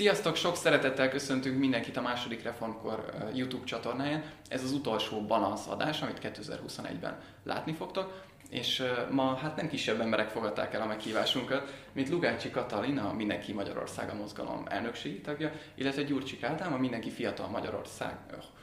Sziasztok, sok szeretettel köszöntünk mindenkit a második Reformkor YouTube csatornáján. Ez az utolsó balansz adás, amit 2021-ben látni fogtok. És ma hát nem kisebb emberek fogadták el a meghívásunkat, mint Lugácsi Katalin, a Mindenki Magyarországa mozgalom elnökségi tagja, illetve Gyurcsik Ádám, a Mindenki Fiatal Magyarország...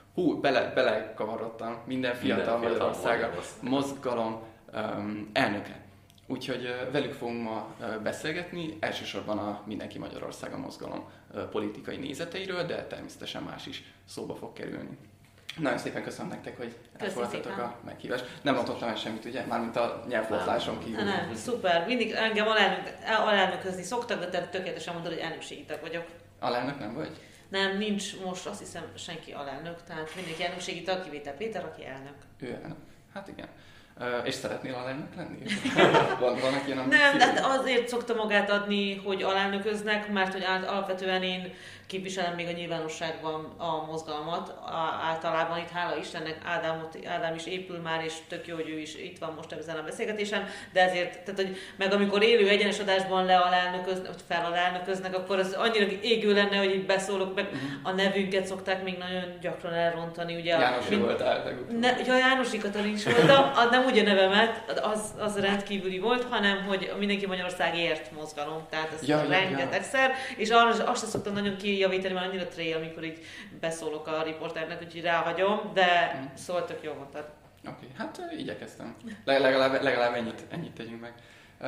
belekavarodtam, Minden Fiatal Magyarországa mozgalom elnöke. Úgyhogy velük fogunk ma beszélgetni, elsősorban a Mindenki Magyarországa mozgalom politikai nézeteiről, de természetesen más is szóba fog kerülni. Nagyon szépen köszönöm nektek, hogy elfogadtatok a meghívást. Nem mondottam el semmit, ugye? Mármint a nyelvhozláson kívül. Nem, szuper. Mindig engem alelnöközni szoktak, de te tökéletesen mondod, hogy elnökségi tag vagyok. Alelnök nem vagy? Nem, nincs most azt hiszem senki alelnök, tehát mindenki elnökségi tag, kivétel Péter, aki elnök. Ő elnök. Hát igen. És szeretnél alelnök lenni? Vannak ilyen nem, de azért szokta magát adni, hogy alelnököznek, mert hogy alapvetően én képviselem még a nyilvánosságban a mozgalmat. Általában itt, hála Istennek, Ádám is épül már, és tök jó, hogy ő is itt van most ezen a beszélgetésen, de ezért, tehát, hogy meg amikor élő egyenes adásban felalelnököznek, akkor az annyira égő lenne, hogy itt beszólok, meg a nevünket szokták még nagyon gyakran elrontani. Ugye, János voltál. Jánosi Katalin is voltam, nem úgy a nevemet, az rendkívüli volt, hanem hogy Mindenki Magyarországért mozgalom, tehát ez rengetegszer, és azt sem szoktam nagyon kijavítani, mert annyira trél, amikor így beszólok a riporternek, úgyhogy ráhagyom, de szóval tök jól mondtad. Oké, hát igyekeztem. Legalább ennyit tegyünk meg.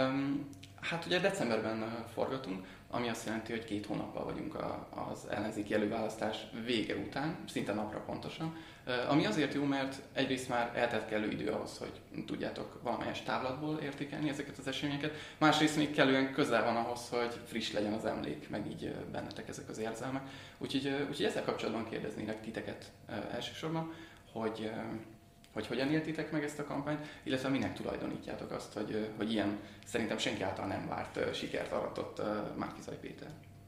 Hát ugye decemberben forgatunk, ami azt jelenti, hogy 2 hónappal vagyunk az ellenzéki előválasztás vége után, szinte napra pontosan. Ami azért jó, mert egyrészt már eltelt kellő idő ahhoz, hogy tudjátok valamelyes távlatból értékelni ezeket az eseményeket, másrészt még kellően közel van ahhoz, hogy friss legyen az emlék, meg így bennetek ezek az érzelmek. Úgyhogy ezzel kapcsolatban kérdeznélek titeket elsősorban, hogy hogyan éltétek meg ezt a kampányt, illetve minek tulajdonítjátok azt, hogy ilyen szerintem senki által nem várt sikert aratott Márki-Zay Péter.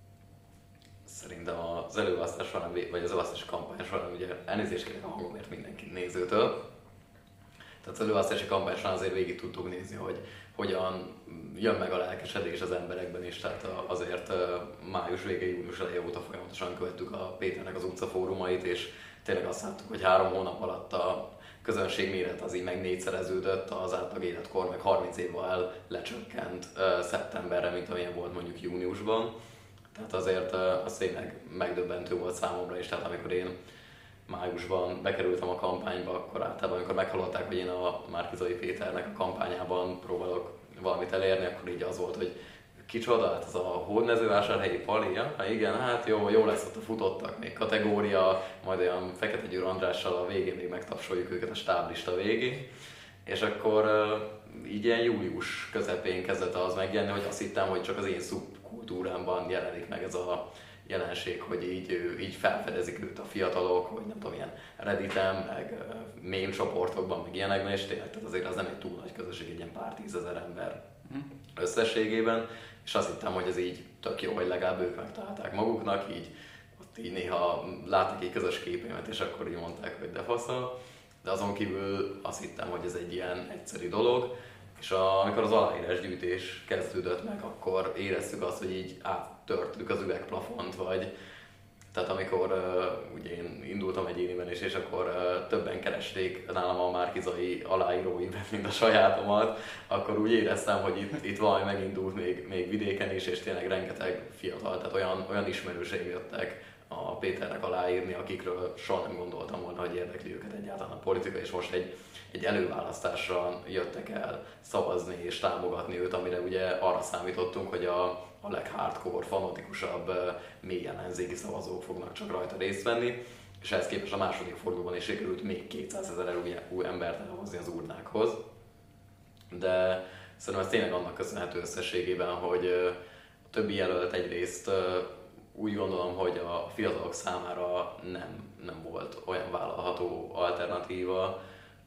Szerintem az előválasztás során, vagy az előválasztási kampány során ugye elnézést kérek a hangomért mindenki nézőtől. Tehát az előválasztási kampány során azért végig tudtuk nézni, hogy hogyan jön meg a lelkesedés az emberekben is, tehát azért május vége, június eleje óta folyamatosan követtük a Péternek az utcafórumait, és tényleg azt láttuk, hogy 3 hónap alatt a közönség méret az így meg 4-szereződött, az átlag életkor meg 30 évvel lecsökkent szeptemberre, mint amilyen volt mondjuk júniusban. Tehát azért az tényleg megdöbbentő volt számomra is, tehát amikor én májusban bekerültem a kampányba, akkor általában amikor meghallották, hogy én a Márki-Zay Péternek a kampányában próbálok valamit elérni, akkor így az volt, hogy kicsoda, hát az a Hódmezővásárhelyi Pali, ja? Igen, hát jó lesz ott a futottak, még kategória, majd olyan Fekete Győr Andrással a végén még megtapsoljuk őket a stáblista végén. És akkor így ilyen július közepén kezdett az megjelenni, hogy azt hittem, hogy csak az én szubkultúrámban jelenik meg ez a jelenség, hogy így felfedezik őt a fiatalok, hogy nem tudom, ilyen Redditen, meg meme csoportokban, meg ilyenekben, és tényleg tehát azért az nem egy túl nagy közösség, egy ilyen pár tízezer ember összességében, és azt hittem, hogy ez így tök jó, hogy legalább ők megtalálták maguknak, így ott így néha láttak egy közös képémet, és akkor így mondták, hogy de faszal. De azon kívül azt hittem, hogy ez egy ilyen egyszerű dolog, és amikor az aláírásgyűjtés kezdődött meg, akkor éreztük azt, hogy így áttörtük az üvegplafont, vagy tehát amikor ugye én indultam egyéniben is, és akkor többen keresték nálam a Márki-Zay aláíróimet, mint a sajátomat, akkor úgy éreztem, hogy itt valami megindult még vidéken is, és tényleg rengeteg fiatal, tehát olyan ismerőseim jöttek a Péternek aláírni, akikről soha nem gondoltam volna, hogy érdekli őket egyáltalán a politika, és most egy előválasztásra jöttek el szavazni és támogatni őt, amire ugye arra számítottunk, hogy a leghardcore, fanatikusabb, mély ellenzéki szavazók fognak csak rajta részt venni, és ehhez képest a második fordulóban is sikerült még 200 000 új embert elhozni az urnákhoz. De szerintem ez tényleg annak köszönhető összességében, hogy a többi jelölt egyrészt úgy gondolom, hogy a fiatalok számára nem volt olyan vállalható alternatíva,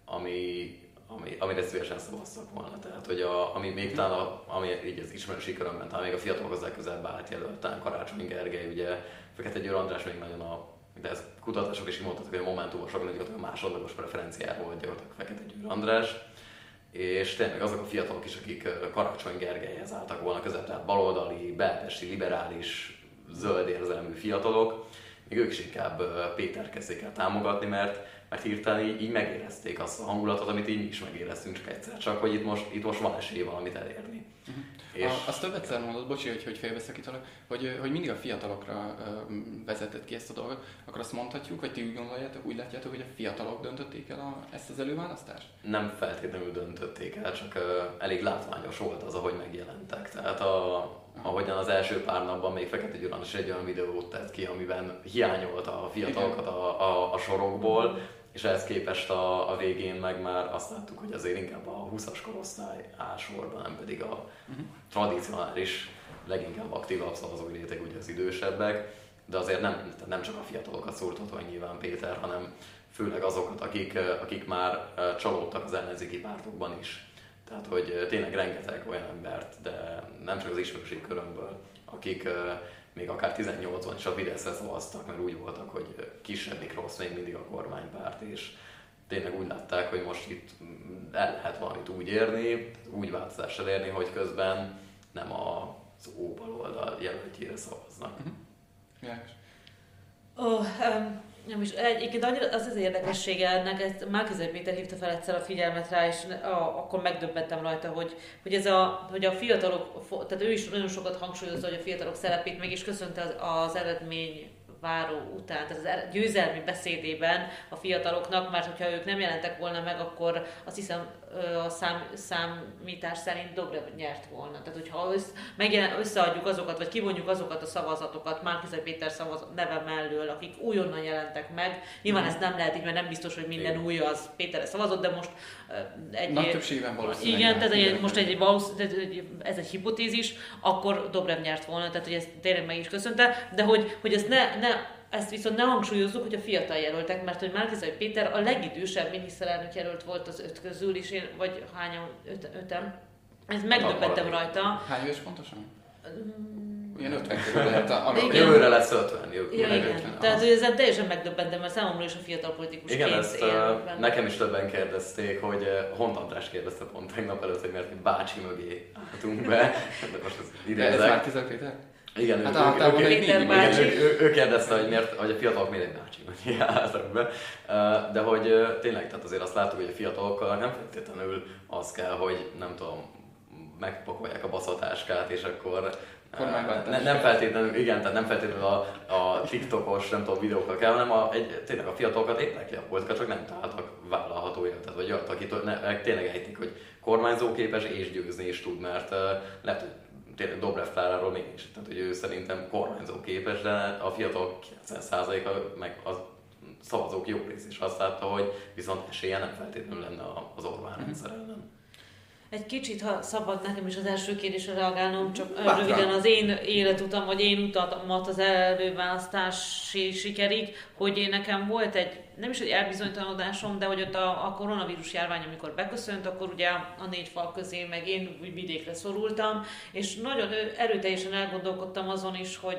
amire szívesen szavaztak volna. Tehát, hogy ami még talán, ami így az ismerősi körömben, talán még a fiatalokhoz legközelebb állt jelölt, talán Karácsony Gergely, ugye Fekete Győr András még nagyon de ezt kutatások is kimondhatnak, hogy a Momentumosok a másodlagos preferenciáról gyakorlatilag Fekete Győr András. És tényleg azok a fiatalok is, akik Karácsony Gergelyhez álltak volna közel, tehát baloldali, belpesti, liberális zöld érzelmű fiatalok, még ők is inkább Péter kezdték el támogatni, mert hirtelen így megérezték azt a hangulatot, amit így mi is megéreztünk csak egyszer, csak hogy itt most van esély valamit elérni. És azt többetszer mondod, bocsi, hogy félbeszakítalak, hogy mindig a fiatalokra vezetett ki ezt a dolgot, akkor azt mondhatjuk, hogy ti úgy gondoljátok, úgy látjátok, hogy a fiatalok döntötték el ezt az előválasztást? Nem feltétlenül döntötték el, csak elég látványos volt az, ahogy megjelentek. Tehát ahogyan az első pár napban még Fekete Gyurán is egy olyan videót tett ki, amiben hiányolta a fiatalokat a sorokból, és ehhez képest a végén meg már azt láttuk, hogy azért inkább a 20-as korosztály áll sorban, nem pedig a tradicionális, leginkább aktívabb szavazói réteg, ugye az idősebbek, de azért nem csak a fiatalokat szóltatva nyilván Péter, hanem főleg azokat, akik már csalódtak az ellenzéki pártokban is. Tehát, hogy tényleg rengeteg olyan embert, de nem csak az ismerőség körömből, akik még akár 18-ban is a Fideszre szavaztak, mert úgy voltak, hogy kisebbik rossz még mindig a kormánypárt, és tényleg úgy látták, hogy most itt el lehet valamit úgy érni, úgy változást elérni, hogy közben nem az óbaloldal jelöltjére szavaznak. Nem is, egyébként annyira az érdekessége ennek, ezt Márki-Zay Péter hívta fel egyszer a figyelmet rá, és akkor megdöbbentem rajta, hogy a fiatalok, tehát ő is nagyon sokat hangsúlyozza, hogy a fiatalok szerepét meg is köszönte az eredmény váró után, tehát az győzelmi beszédében a fiataloknak, mert hogyha ők nem jelentek volna meg, akkor azt hiszem a számítás szerint Dobrev nyert volna. Tehát hogyha összeadjuk azokat, vagy kivonjuk azokat a szavazatokat Márki-Zay Péter neve mellől, akik újonnan jelentek meg, nyilván ezt nem lehet így, mert nem biztos, hogy minden új az Péterre szavazott, de most nagy többségben valószínűleg. Igen, tehát most ez egy hipotézis, akkor Dobrev nyert volna, tehát hogy ezt tényleg meg is köszönte, de hogy ezt ezt viszont ne hangsúlyozzuk, hogy a fiatal jelöltek, mert hogy Márki-Zay Péter a legidősebb miniszterelnök jelölt volt az 5 közül, és én, vagy hányan, öten. Ezt megdöbbentem rajta. Hány éves pontosan? Ilyen 50 körül lehet. Jövőre lesz 50. Igen. Tehát, hogy ezen teljesen megdöbbentem, mert számomra is a fiatal politikusként. Igen, ezt nekem is többen kérdezték, hogy Hont András kérdezte pont tegnap előtt, hogy miért bácsi mögé álltunk be. De most ez idézek. Ez Márki-Zay Péter? Igen, ő kérdezte, hogy a fiatalok miért egy bácsi mögé álltak be. De hogy tényleg, tehát azért azt láttuk, hogy a fiatalokkal nem feltétlenül az kell, hogy nem tudom, megpakolják a baszatáskát, és akkor nem feltétlenül, igen, tehát nem feltétlenül a TikTokos, nem tudom, videókkal kell, hanem tényleg a fiatalokat érdekli a politika, csak nem találtak vállalható életet, vagy olyat, akit tényleg ejtik, hogy kormányzóképes és győzni is tud, mert lehet, hogy tényleg Dobrev Kláráról mégis, tehát hogy ő szerintem kormányzóképes, de a fiatalok 90%-a meg a szavazók jó rész is azt látta, hogy viszont esélye nem feltétlenül lenne az Orbán rendszer ellen. Egy kicsit, ha szabad nekem is az első kérdésre reagálnom, csak röviden az én életutam, vagy én utamat az előválasztási sikerig, hogy nekem volt egy, nem is egy elbizonytalanodásom, de hogy ott a koronavírus járvány, amikor beköszönt, akkor ugye a 4 fal közé meg én vidékre szorultam, és nagyon erőteljesen elgondolkodtam azon is, hogy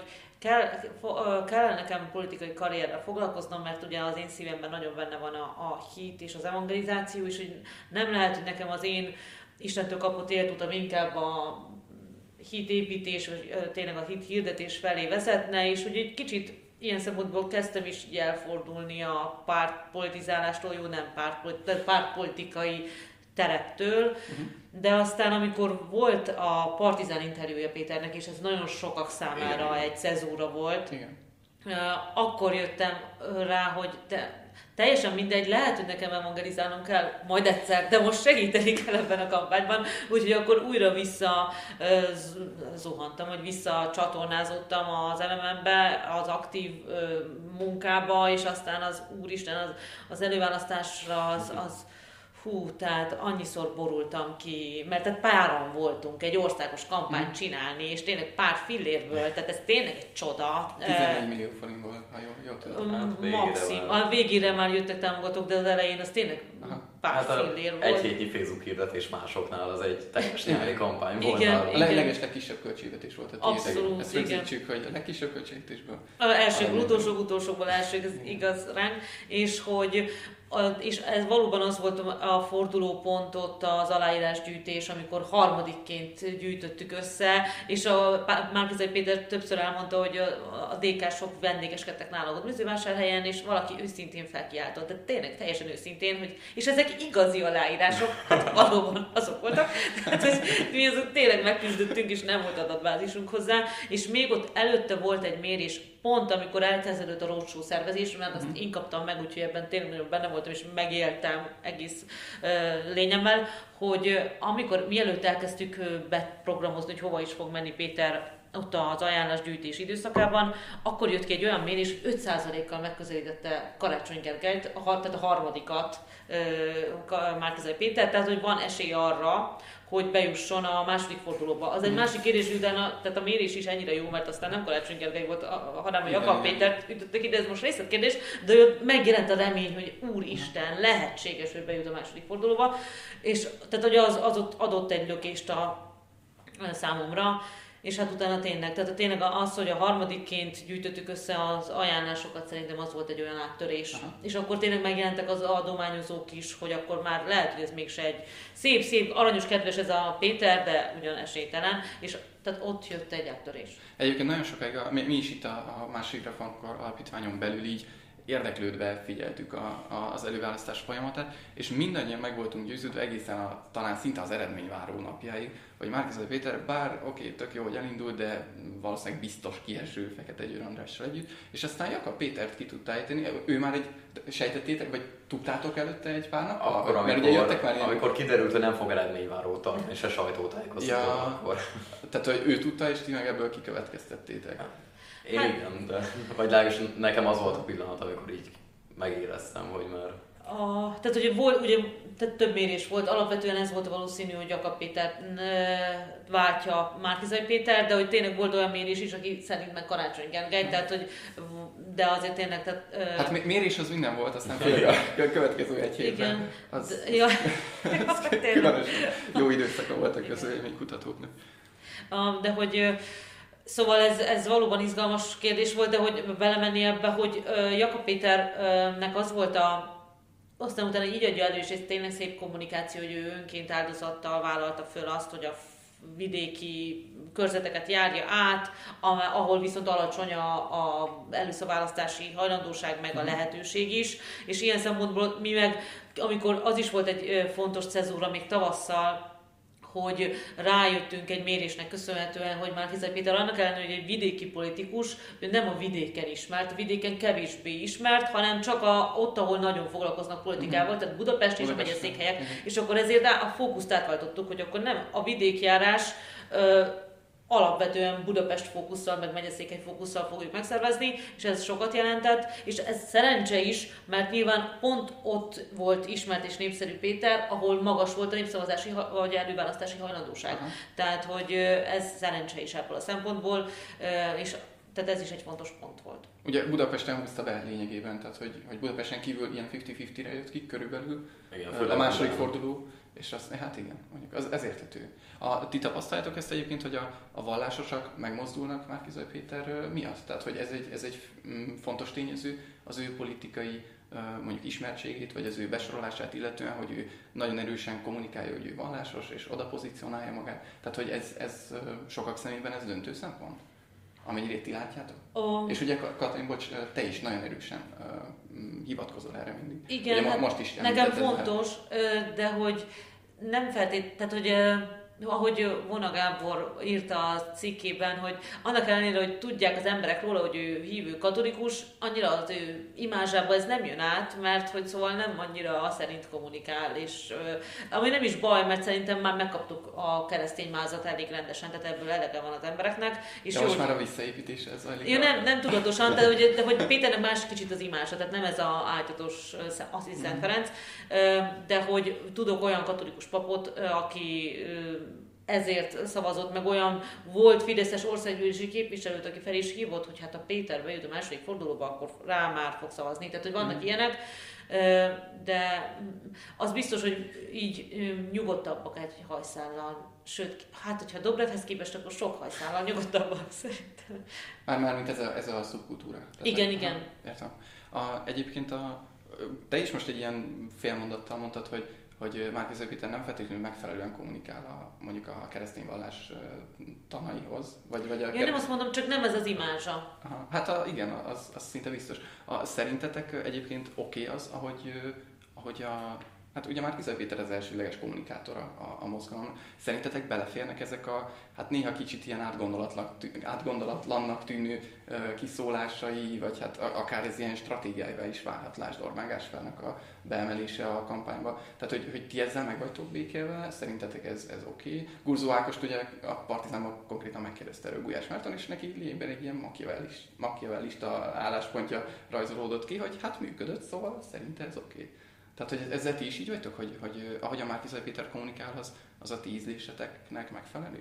kell nekem politikai karrierrel foglalkoznom, mert ugye az én szívemben nagyon benne van a hit és az evangelizáció, és hogy nem lehet, hogy nekem az én Istentől kapott életutam inkább a hitépítés, vagy tényleg a hit hirdetés felé vezetne, és hogy egy kicsit ilyen szempontból kezdtem is elfordulni a pártpolitizálástól, jó nem pártpolitikai tereptől, de aztán amikor volt a Partizán interjúja Péternek, és ez nagyon sokak számára egy cezúra volt, akkor jöttem rá, hogy teljesen mindegy, lehet, hogy nekem evangelizálnom kell majd egyszer, de most segíteni kell ebben a kampányban, úgyhogy akkor újra vissza zuhantam, vagy visszacsatornázottam az MMM-be, az aktív munkába, és aztán az Úristen, az előválasztásra, az tehát annyiszor borultam ki, mert tehát páran voltunk egy országos kampányt csinálni, és tényleg pár fillérből, tehát ez tényleg egy csoda. 11 millió forintból, ha jól tudom. Maximum. A végére már jöttek támogatók, de az elején az tényleg pár fillér volt. Egy hétnyi Facebook hirdetés másoknál az egy teljes nyári kampány volt. Igen. A legkisebb költségvetés volt a tiéd. Abszolút, ezt igen. rögzítsük, hogy a legkisebb költségvetésből. Elsőből utolsókból elsők, ez igaz ránk, és ez valóban az volt a fordulópont ott az aláírásgyűjtés, amikor harmadikként gyűjtöttük össze, és a Márki-Zay Péter többször elmondta, hogy a DK-sok vendégeskedtek nála ott Mezővásárhelyen, és valaki őszintén felkiáltott, de tényleg teljesen őszintén, hogy és ezek igazi aláírások, hát valóban azok voltak, tehát hogy mi azok tényleg megküzdöttünk, és nem volt adatbázisunk hozzá, és még ott előtte volt egy mérés, pont amikor elkezdődött a roadshow szervezés, mert azt én kaptam meg, úgyhogy ebben tényleg benne voltam, és megéltem egész lényemmel, hogy mielőtt elkezdtük beprogramozni, hogy hova is fog menni Péter ott az ajánlásgyűjtés időszakában, akkor jött ki egy olyan mérés, 5%-kal megközelítette Karácsony Gergelyt, tehát a harmadikat Márki-Zay Péter, tehát hogy van esély arra, hogy bejusson a második fordulóba. Az egy másik kérdés, hogy utána, tehát a mérés is ennyire jó, mert aztán nem Karácsony Gergely volt, hanem a Jakab Pétert ütöttek ide, ez most részletkérdés, de ott megjelent a remény, hogy úristen, lehetséges, hogy bejut a második fordulóba, és tehát hogy az ott adott egy lökést a számomra, és hát utána tényleg az, hogy a harmadikként gyűjtöttük össze az ajánlásokat, szerintem az volt egy olyan áttörés. Aha. És akkor tényleg megjelentek az adományozók is, hogy akkor már lehet, hogy ez mégse egy szép, aranyos, kedves ez a Péter, de ugyan esélytelen, és tehát ott jött egy áttörés. Egyébként nagyon sokáig, mi is itt a Második Reformkor alapítványon belül így érdeklődve figyeltük az előválasztás folyamatát, és mindannyian meg voltunk győződve egészen talán szinte az eredményváró napjáig, hogy Márki-Zay Péter bár tök jó, hogy elindult, de valószínűleg biztos kieső Fekete Győr Andrással együtt, és aztán Jakab Pétert ki tudta ejteni, ő már sejtettétek, vagy tudtátok előtte egy pár nap? Amikor kiderült, hogy nem fog eredményvárót tartani, se sajtótájékoztató, akkor... Tehát, hogy ő tudta, és ti meg ebből kikövetkeztettétek. Én igen, de vagy legalábbis nekem az volt a pillanat, amikor így megéreztem, hogy már... Tehát ugye volt, tehát több mérés volt, alapvetően ez volt valószínű, hogy Jakab Péter váltja Márki-Zay Péter, de hogy tényleg volt olyan mérés is, aki szerint meg Karácsony Gergely, tehát hogy, de azért tényleg... Tehát, hát mérés az minden volt, aztán főleg a következő egy hétben. Igen. Az Különösen jó időszaka volt a közvéleménykutatóknak. De hogy... Szóval ez valóban izgalmas kérdés volt, de hogy belemenni ebbe, hogy Jakab Péternek az volt aztán utána így adja elő, és ez tényleg szép kommunikáció, hogy ő önként áldozattal vállalta föl azt, hogy a vidéki körzeteket járja át, ahol viszont alacsony a előszavalasztási hajlandóság meg a lehetőség is, és ilyen szempontból mi meg, amikor az is volt egy fontos cezúra még tavasszal, hogy rájöttünk egy mérésnek köszönhetően, hogy Márki-Zay Péter annak ellenére, hogy egy vidéki politikus, ő nem a vidéken ismert, a vidéken kevésbé ismert, hanem csak ott, ahol nagyon foglalkoznak politikával, tehát Budapest és a megyeszékhelyek, és akkor ezért a fókuszt átváltottuk, hogy akkor nem a vidékjárás alapvetően Budapest fókusszal, meg megyeszékhely fókusszal fogjuk megszervezni, és ez sokat jelentett, és ez szerencse is, mert nyilván pont ott volt ismert és népszerű Péter, ahol magas volt a népszavazási vagy előválasztási hajlandóság. Aha. Tehát, hogy ez szerencse is ebből a szempontból, és tehát ez is egy fontos pont volt. Ugye Budapesten húzta be lényegében, tehát hogy Budapesten kívül ilyen 50-50-re jött ki körülbelül, igen, a második forduló, és az, hát igen, mondjuk ez érthető. Ti tapasztaljátok ezt egyébként, hogy a vallásosak megmozdulnak Márki-Zay Péter miatt? Tehát, hogy ez egy fontos tényező az ő politikai mondjuk ismertségét, vagy az ő besorolását illetően, hogy ő nagyon erősen kommunikálja, hogy ő vallásos, és oda pozícionálja magát. Tehát, hogy ez sokak szemében ez döntő szempont? Amennyire ti látjátok? És ugye Katalin, bocs, te is nagyon erősen hivatkozol erre mindig. Igen, ugye hát most is nekem fontos, de hogy nem feltétlenül, tehát hogy ahogy Vona Gábor írta a cikkében, hogy annak ellenére, hogy tudják az emberek róla, hogy ő hívő katolikus, annyira az ő imázsába ez nem jön át, mert hogy szóval nem annyira azt szerint kommunikál, és ami nem is baj, mert szerintem már megkaptuk a keresztény mázat elég rendesen, tehát ebből elege van az embereknek. És de most már a visszaépítés ez zajlik. Ja, nem tudatosan, de hogy Péternek más kicsit az imázsa, tehát nem ez az ájtatos Assisi Szent Ferenc, de hogy tudok olyan katolikus papot, aki ezért szavazott, meg olyan volt fideszes országgyűlési képviselőt, aki fel is hívott, hogy hát a Péter bejut a második fordulóba, akkor rá már fog szavazni. Tehát, hogy vannak ilyenek, de az biztos, hogy így nyugodtabbak egy hajszállal. Sőt, hát hogyha Dobrevhez képest, akkor sok hajszállal nyugodtabbak szerintem. Mármint ez a szubkultúra. Igen. Értem. Egyébként te is most egy ilyen félmondattal mondtad, hogy Márki-Zay Péter nem feltétlenül megfelelően kommunikál mondjuk a keresztény vallás tanaihoz. Ja, nem azt mondom, csak nem ez az imázsa. Aha, hát igen, az szinte biztos. Szerintetek egyébként oké az, ahogy hát ugye Márki-Zay Péter az elsődleges kommunikátora a mozgalom. Szerintetek beleférnek ezek hát néha kicsit ilyen átgondolatlannak tűnő kiszólásai, vagy hát akár ez ilyen stratégiáival is válhat, lásd Orbán Gáspárnak a beemelése a kampányba. Tehát, hogy ti ezzel meg vagytok békélve, szerintetek ez oké? Gurzó Ágost ugye a Partizánban konkrétan megkérdezte erről Gulyás Márton, és neki lényegben egy ilyen machiavellista álláspontja rajzolódott ki, hogy hát működött, szóval szerinte ez oké. Tehát, hogy ezzel ti is így vagytok, hogy ahogy a Márki-Zay Péter kommunikál, az a ti ízléseteknek megfelelő?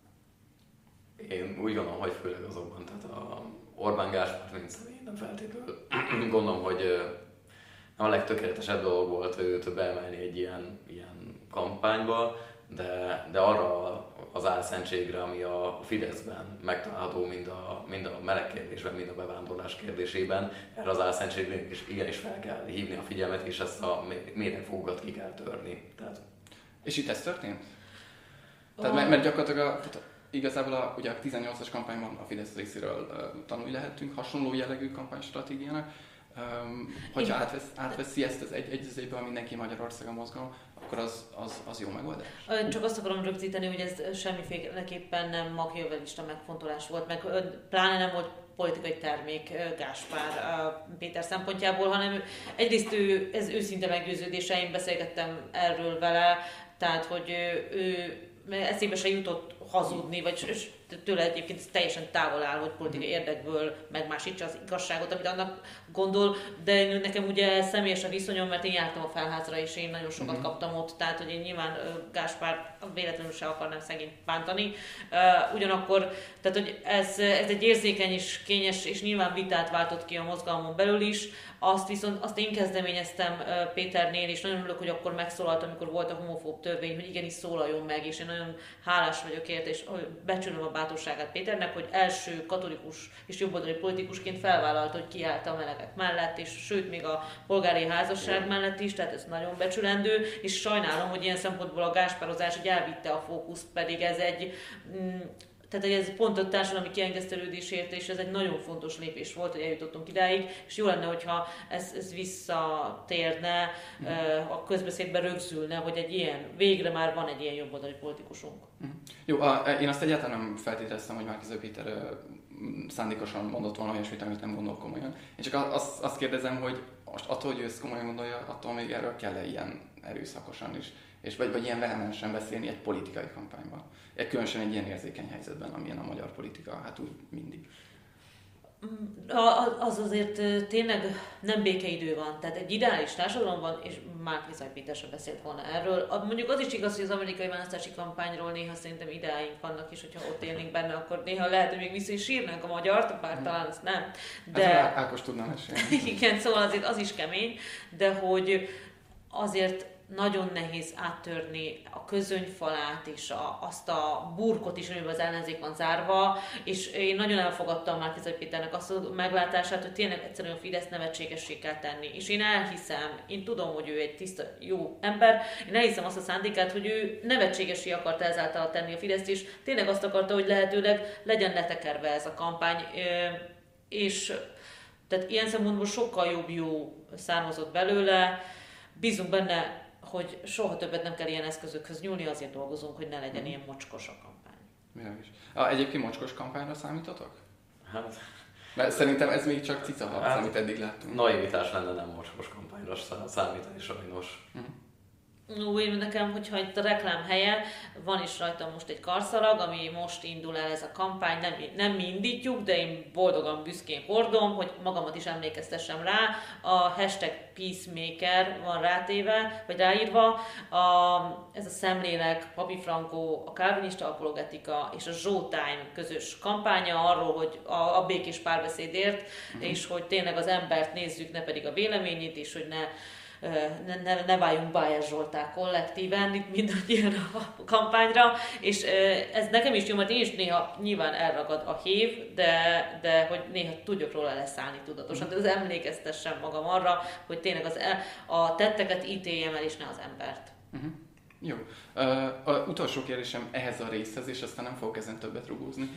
Én úgy gondolom, hogy főleg azokban, tehát a Orbán Gáspár mint személy nem feltétlenül gondolom, hogy nem a legtökéletesebb dolog volt őt beemelni egy ilyen kampányba, de arra az álszentségre, ami a Fideszben megtalálható, mind a meleg kérdésben, mind a bevándorlás kérdésében, erre az álszentségnek is igenis fel kell hívni a figyelmet, és ezt a méregfogat ki kell törni. Tehát... És itt ez történt? Tehát, mert gyakorlatilag igazából ugye a 18-as kampányban a Fidesz részéről tanulni lehetünk hasonló jellegű kampánystratégiának. Hogyha átveszi ezt az egy évben mindenki Magyarországon mozgalom, akkor az jó megoldás? Csak azt akarom rögzíteni, hogy ez semmiféleképpen nem machiavellista megfontolás volt, meg pláne nem volt politikai termék Gáspár Péter szempontjából, hanem egyrészt ez őszinte meggyőződése, én beszélgettem erről vele, tehát hogy ő eszébe se jutott hazudni, vagy tőle egyébként teljesen távol áll, hogy politikai érdekből megmásítsa az igazságot, amit annak gondol, de nekem ugye személyes a viszonyom, mert én jártam a Felházra, és én nagyon sokat kaptam ott, tehát hogy én nyilván Gáspár véletlenül se akarnám szegényt bántani. Ugyanakkor, tehát hogy ez egy érzékeny és kényes, és nyilván vitát váltott ki a mozgalmon belül is, azt én kezdeményeztem Péternél, és nagyon örülök, hogy akkor megszólalt, amikor volt a homofób törvény, hogy igenis szólaljon meg, és én nagyon hálás vagyok érte, és becsülöm a bátorságát Péternek, hogy első katolikus és jobboldali politikusként felvállalta, hogy kiállt a melegek mellett, és sőt, még a polgári házasság mellett is, tehát ez nagyon becsülendő, és sajnálom, hogy ilyen szempontból a gáspározás így elvitte a fókuszt, pedig ez tehát ez pont a társadalmi kiengesztelődésért, és ez egy nagyon fontos lépés volt, hogy eljutottunk idáig, és jó lenne, hogyha ez visszatérne, a közbeszédben rögzülne, hogy végre már van egy ilyen jobboldali politikusunk. Jó, én azt egyáltalán nem feltételeztem, hogy Márki-Zay Péter szándékosan mondott volna olyasmit, amit nem gondol komolyan. Én csak azt kérdezem, hogy most attól, hogy ő ezt komolyan gondolja, attól még erről kell-e ilyen erőszakosan is, és vagy ilyen vehemensen beszélni egy politikai kampányban. Különösen egy ilyen érzékeny helyzetben, amilyen a magyar politika, hát úgy mindig. Az azért tényleg nem békeidő van. Tehát egy ideális társadalomban, és Márki-Zay Péter sem beszélt volna erről. Mondjuk az is igaz, hogy az amerikai választási kampányról néha szerintem ideáink vannak, és hogyha ott élnénk benne, akkor néha lehet, hogy még vissza is sírnánk a magyart, bár talán ezt nem. De... Ez Ákos tudna mesélni. Igen, szóval azért az is kemény, de hogy azért nagyon nehéz áttörni a közönyfalát és azt a burkot is, amiben az ellenzék van zárva, és én nagyon elfogadtam Márki-Zay Péternek azt a meglátását, hogy tényleg egyszerűen a Fidesz nevetségessé kell tenni. És én elhiszem, én tudom, hogy ő egy tiszta, jó ember, én elhiszem azt a szándékát, hogy ő nevetségessé akarta ezáltal tenni a Fideszt, és tényleg azt akarta, hogy lehetőleg legyen letekerve ez a kampány, és tehát ilyen szempontból sokkal jobb jó származott belőle, bízunk benne, hogy soha többet nem kell ilyen eszközökhöz nyúlni, azért dolgozunk, hogy ne legyen ilyen mocskos a kampány. Világos. Egyébként mocskos kampányra számítotok? Hát... Mert szerintem ez még csak cicaharc, amit eddig láttunk. Naivitás lenne nem mocskos kampányra számítani sajnos. Én nekem, hogyha itt a reklám helye, van is rajta most egy karszalag, ami most indul el ez a kampány, nem mi indítjuk, de én boldogan, büszkén hordom, hogy magamat is emlékeztessem rá. A hashtag Peacemaker van rátéve, vagy ráírva. Ez a szemlélek, Papi Franco, a kálvinista apologetika és a Showtime közös kampánya arról, hogy a békés párbeszédért, és hogy tényleg az embert nézzük, ne pedig a véleményét, és hogy ne váljunk Bájer Zsolták kollektíven, itt mindannyian a kampányra, és ez nekem is jó, mert én is néha nyilván elragad a hév, de hogy néha tudjuk róla leszállni tudatosan, tehát az emlékeztessem magam arra, hogy tényleg a tetteket ítéljem el, és ne az embert. Jó. Az utolsó kérdésem ehhez a részhez, és aztán nem fogok ezen többet rugózni.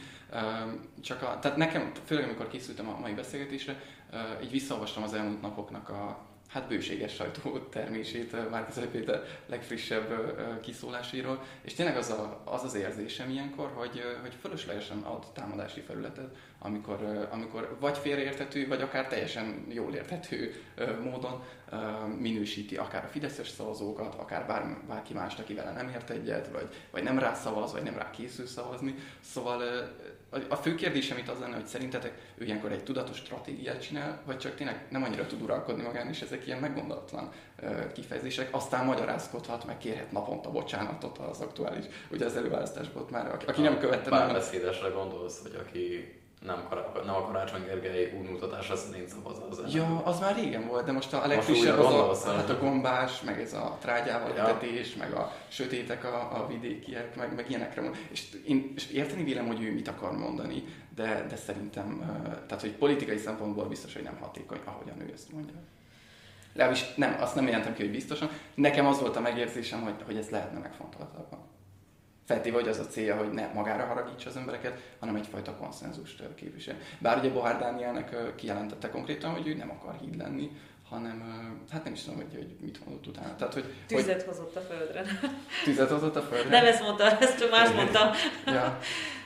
Tehát nekem, főleg amikor készültem a mai beszélgetésre, így visszaolvastam az elmúlt napoknak a bőséges sajtótermését Márki-Zay Péter legfrissebb kiszólásairól, és tényleg az érzésem ilyenkor, hogy fölöslegesen ad támadási felületet, amikor vagy félreérthető, vagy akár teljesen jól érthető módon minősíti akár a fideszes szavazókat, akár bárki mást, aki vele nem ért egyet, vagy nem rá szavaz, vagy nem rá készül szavazni. Szóval a fő kérdésem itt az lenne, hogy szerintetek ő ilyenkor egy tudatos stratégiát csinál, vagy csak tényleg nem annyira tud uralkodni magán, és ezek ilyen meggondolatlan kifejezések, aztán magyarázkodhat, meg kérhet naponta bocsánatot az aktuális, ugye az előválasztásból már, aki nem követte. Párbeszédesre gondolsz, hogy aki nem a Karácsony Gergely útmutatása szerint szavaz az. Ja, az már régen volt, de most a legfrissebb a gombás, meg ez a trágyával tetés, meg a sötétek a vidékiek, meg ilyenekre mond. És érteni vélem, hogy ő mit akar mondani, de szerintem, tehát hogy politikai szempontból biztos, hogy nem hatékony, ahogyan ő ezt mondja. Legalábbis azt nem jelentem ki, hogy biztosan. Nekem az volt a megérzésem, hogy ez lehetne megfontolatlan. Feltéve, hogy az a célja, hogy ne magára haragítsa az embereket, hanem egyfajta konszenzust képvisel. Bár ugye Bohár Dánielnek kijelentette konkrétan, hogy ő nem akar híd lenni, hanem, nem is tudom, hogy mit mondott utána. Tehát, tüzet hozott a földre. Tüzet hozott a földre? Nem ezt mondta, ezt csak más mondta. Ja.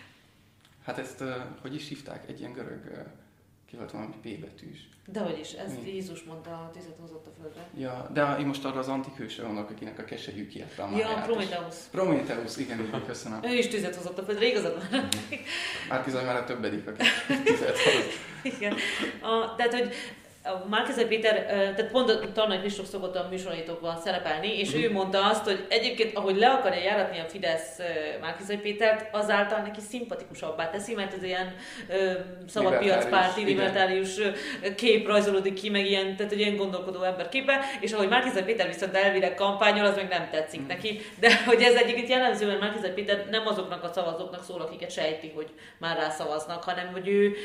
Hát ezt, hogy is hívták? Egy ilyen görög, ki volt valami P betűs. Dehogy is, ezt Jézus mondta, a tüzet hozott a földre. Ja, de én most arra az antik hősre gondolok, akinek a keserű kiadta a máját. Ja, Prométheusz. Prométheusz, igen, köszönöm. Ő is tüzet hozott a földre, igazad van. Márki-Zay már a többedik, aki tüzet hoz. Igen. Tehát, hogy a Márki-Zay Péter, tehát pont a Tarnai Kristóf szokott a műsoraitokban szerepelni, és ő mondta azt, hogy egyébként, ahogy le akarja járatni a Fidesz Márki-Zay Pétert, azáltal neki szimpatikusabbá teszi, mert ez ilyen szabadpiacpárti, libertárius kép rajzolódik ki, meg ilyen, tehát egy ilyen gondolkodó ember képe, és ahogy Márki-Zay Péter viszont elvileg kampányol, az meg nem tetszik neki. De hogy ez egyébként jellemző, mert Márki-Zay Péter nem azoknak a szavazóknak szól, akiket sejti, hogy már rászavaznak, hanem hogy ő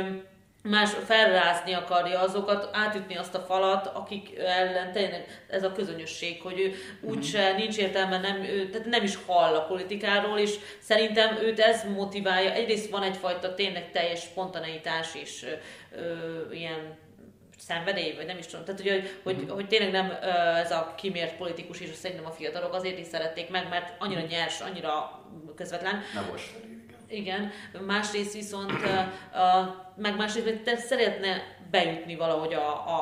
más felrázni akarja azokat, átütni azt a falat, akik ellen tényleg ez a közönösség, hogy ő úgyse nincs értelme, tehát nem is hall a politikáról, és szerintem őt ez motiválja. Egyrészt van egyfajta tényleg teljes spontaneitás és ilyen szenvedély, vagy nem is tudom. Tehát, hogy tényleg nem ez a kimért politikus, és szerintem a fiatalok azért is szerették meg, mert annyira nyers, annyira közvetlen. Nem most. Igen, másrészt viszont, meg másrészt szeretne bejutni valahogy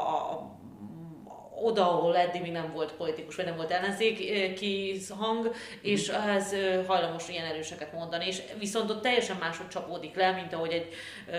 oda, ahol eddig még nem volt politikus, vagy nem volt ellenzéki hang, és ehhez hajlamos ilyen erőseket mondani, és viszont ott teljesen máshogy csapódik le, mint ahogy egy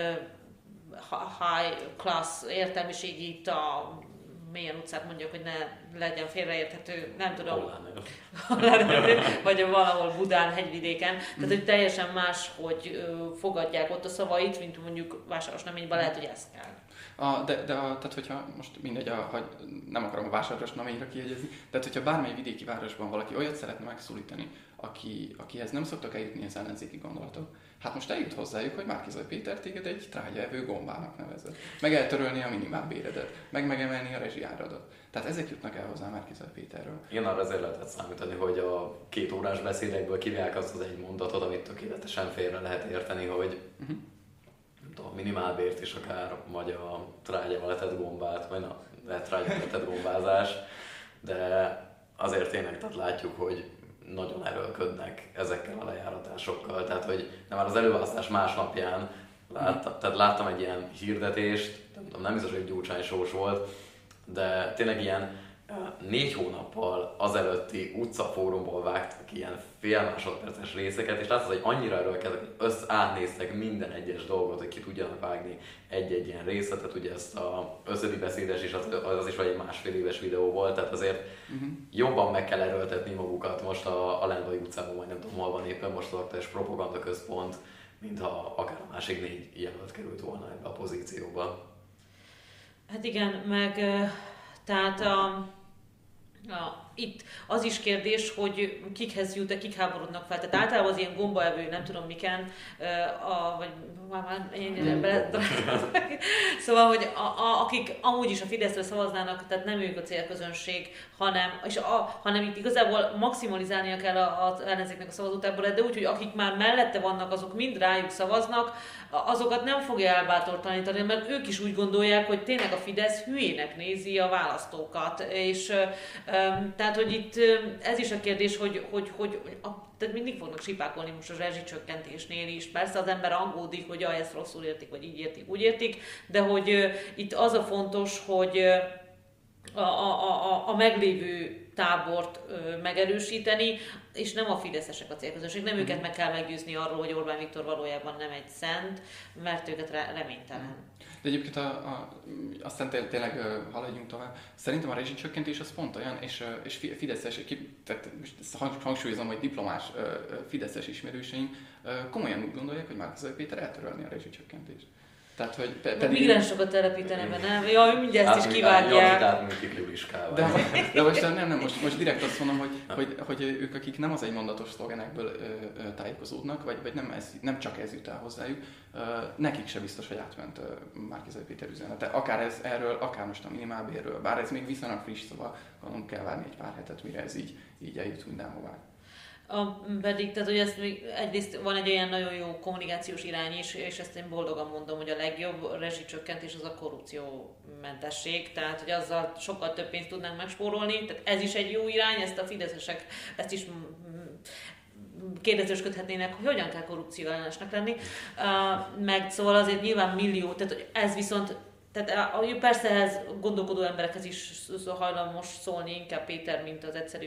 high class értelmiségi itt a Mélyen utcát mondjuk, hogy ne legyen félreérthető, nem tudom, vagy valahol Budán, hegyvidéken. Tehát, hogy teljesen más, hogy fogadják ott a szavait, mint mondjuk Vásárosnaményben, lehet, hogy ez kell. Tehát, hogyha most mindegy, nem akarom a Vásárosnaményre kiegyezni, tehát, hogyha bármely vidéki városban valaki olyat szeretne megszólítani, akihez nem szoktak eljutni az ellenzéki gondolatok, hát most eljut hozzájuk, hogy Márki-Zay Péter téged egy trágyaevő gombának nevezett. Meg eltörölni a minimálbéredet, meg megemelni a rezsiáradat. Tehát ezek jutnak el hozzá Márki-Zay Péterről. Igen, arra azért lehetett számítani, hogy a 2 órás beszédekből kivágják azt az egy mondatot, amit tökéletesen félre lehet érteni, hogy a minimálbért is akár vagy a trágyával letett gombát, vagy trágyával letett gombázás, de azért tényleg tehát látjuk, hogy nagyon erőlködnek ezekkel a lejáratásokkal. Tehát, hogy már az előválasztás másnapján láttam egy ilyen hirdetést, nem biztos, hogy Gyurcsány sós volt, de tényleg ilyen 4 hónappal azelőtti utcafórumból vágtak ilyen fél másodperces részeket, és látod, hogy annyira erőlkedtek, hogy átnéztek minden egyes dolgot, hogy ki tudjanak vágni egy-egy ilyen részletet. Ugye ezt a összödi beszédes is, az is vagy egy másfél éves videó volt, tehát azért jobban meg kell erőltetni magukat. Most a Lendvai utcában, vagy nem tudom hol van éppen most az aktuális propaganda központ, mintha akár a másik 4 jelölt került volna ebbe a pozícióba. Hát igen, meg tehát itt az is kérdés, hogy kikhez jut, kik háborodnak fel. Tehát általában az ilyen gombaevő, nem tudom miken, vagy már szóval, hogy akik amúgy is a Fideszre szavaznának, tehát nem ők a célközönség, hanem itt igazából maximalizálnia kell az ellenzéknek a szavazótáborát, de úgy, hogy akik már mellette vannak, azok mind rájuk szavaznak, azokat nem fogja elbátortalanítani, mert ők is úgy gondolják, hogy tényleg a Fidesz hülyének nézi a választókat. És tehát, hogy itt ez is a kérdés, tehát mindig fognak sipákolni most a rezsicsökkentésnél is. Persze az ember aggódik, hogy ezt rosszul értik, vagy így értik, úgy értik, de hogy itt az a fontos, hogy a meglévő tábort megerősíteni, és nem a fideszesek a célközönség, nem őket meg kell meggyőzni arról, hogy Orbán Viktor valójában nem egy szent, mert őket reménytelen. De egyébként aztán tényleg haladjunk tovább. Szerintem a rezsicsökkentés az pont olyan, és fideszes, tehát hangsúlyozom, hogy diplomás fideszes ismerőseim komolyan úgy gondolják, hogy Márki-Zay Péter eltörölni a rezsicsökkentést. Tehát, hogy migránsokat telepítene be, nem? Jaj, mindjárt is kivágják. De most direkt azt mondom, hogy ők, akik nem az egymondatos szlogenekből tájékozódnak, vagy nem csak ez jut el hozzájuk, nekik se biztos, hogy átment Márki-Zay Péter üzenete. Akár erről, akár most a minimálbérről, bár ez még viszonylag friss, szóval gondolom kell várni egy pár hetet, mire ez így eljut mindenhová. Pedig, tehát, hogy ezt még egyrészt van egy olyan nagyon jó kommunikációs irány is, és ezt én boldogan mondom, hogy a legjobb rezsicsökkentés az a korrupciómentesség, tehát hogy azzal sokkal több pénzt tudnánk megspórolni, tehát ez is egy jó irány, ezt a fideszesek ezt is kérdezősködhetnének, hogy hogyan kell korrupció ellenesnek lenni, meg szóval azért nyilván millió, tehát ez viszont tehát persze ehhez gondolkodó emberekhez is hajlamos szólni inkább Péter, mint az egyszerű,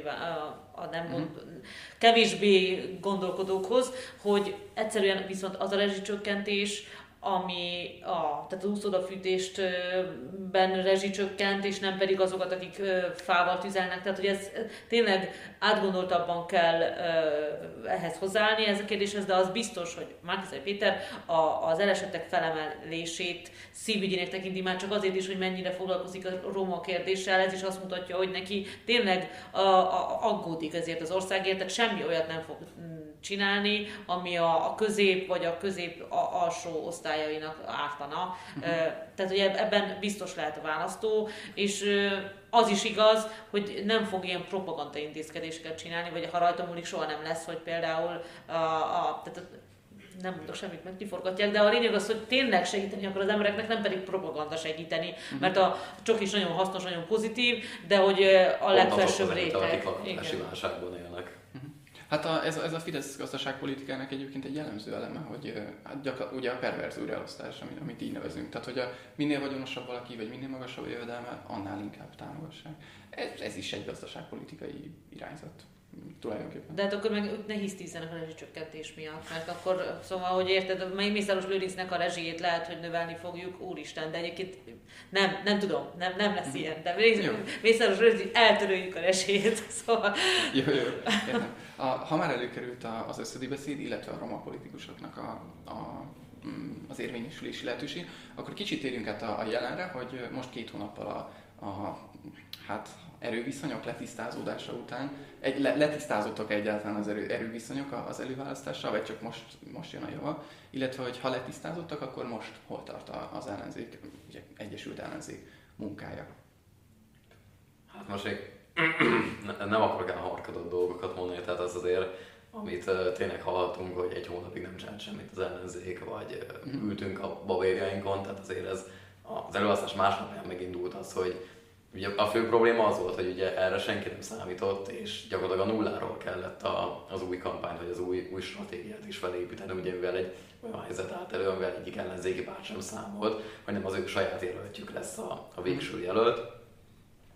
kevésbé gondolkodókhoz, hogy egyszerűen viszont az a rezsicsökkentés, ami tehát az úszodafűtéstben rezsicsökkent, és nem pedig azokat, akik fával tüzelnek. Tehát, hogy ez tényleg átgondoltabban kell ehhez hozzáállni ez a kérdéshez, de az biztos, hogy Márki-Zay Péter az elesettek felemelését szívügyének tekinti már csak azért is, hogy mennyire foglalkozik a roma kérdéssel. Ez is azt mutatja, hogy neki tényleg aggódik ezért az országért, tehát semmi olyat nem fog csinálni, ami a közép vagy a közép alsó osztályainak ártana. Tehát, hogy ebben biztos lehet a választó, és az is igaz, hogy nem fog ilyen propaganda intézkedéseket csinálni, vagy ha rajta múlik, soha nem lesz, hogy például tehát nem mondok semmit, mert kiforgatják, de a lényeg az, hogy tényleg segíteni akar az embereknek, nem pedig propaganda segíteni, mert a csoki is nagyon hasznos, nagyon pozitív, de hogy a legfelsőbb réteg. Akik lakotási válságban élnek. Hát ez a Fidesz gazdaságpolitikának egyébként egy jellemző eleme, hogy ugye a perverző elosztás, amit így nevezünk. Tehát, hogy minél vagyonosabb valaki, vagy minél magasabb a jövedelme, annál inkább támogassák. Ez is egy gazdaságpolitikai irányzat tulajdonképpen. De hát akkor meg ne hisztízzenek a rezsicsökkentés miatt, mert akkor, szóval, hogy érted, Mészáros Lőrincnek a rezsijét lehet, hogy növelni fogjuk, úristen, de egyébként nem tudom, nem lesz ilyen, de Mészáros Lőrinc eltöröljük a rezsijét, szóval... Jó, értem. Ha már előkerült az összödi beszéd, illetve a roma politikusoknak az érvényesülési lehetőség, akkor kicsit térjünk át a jelenre, hogy most 2 hónappal a erőviszonyok letisztázódása után, letisztázottak egyáltalán az erőviszonyok az előválasztással, vagy csak most jön a java, illetve hogy ha letisztázottak, akkor most hol tart az ellenzék, ugye Egyesült Ellenzék munkája? Hát most még nem akarok elharkadott dolgokat mondani, tehát az azért, amit tényleg hallhatunk, hogy 1 hónapig nem csinált semmit az ellenzék, vagy ültünk a babérjainkon, tehát azért ez az előválasztás másnapján megindult az, hogy ugye a fő probléma az volt, hogy ugye erre senki nem számított, és gyakorlatilag a nulláról kellett az új kampányt, vagy az új stratégiát is felépíteni, ugye mivel egy olyan helyzet állt elő, amivel egyik ellenzéki párt sem számolt, hogy nem az ő saját jelöltjük lesz a végső jelölt.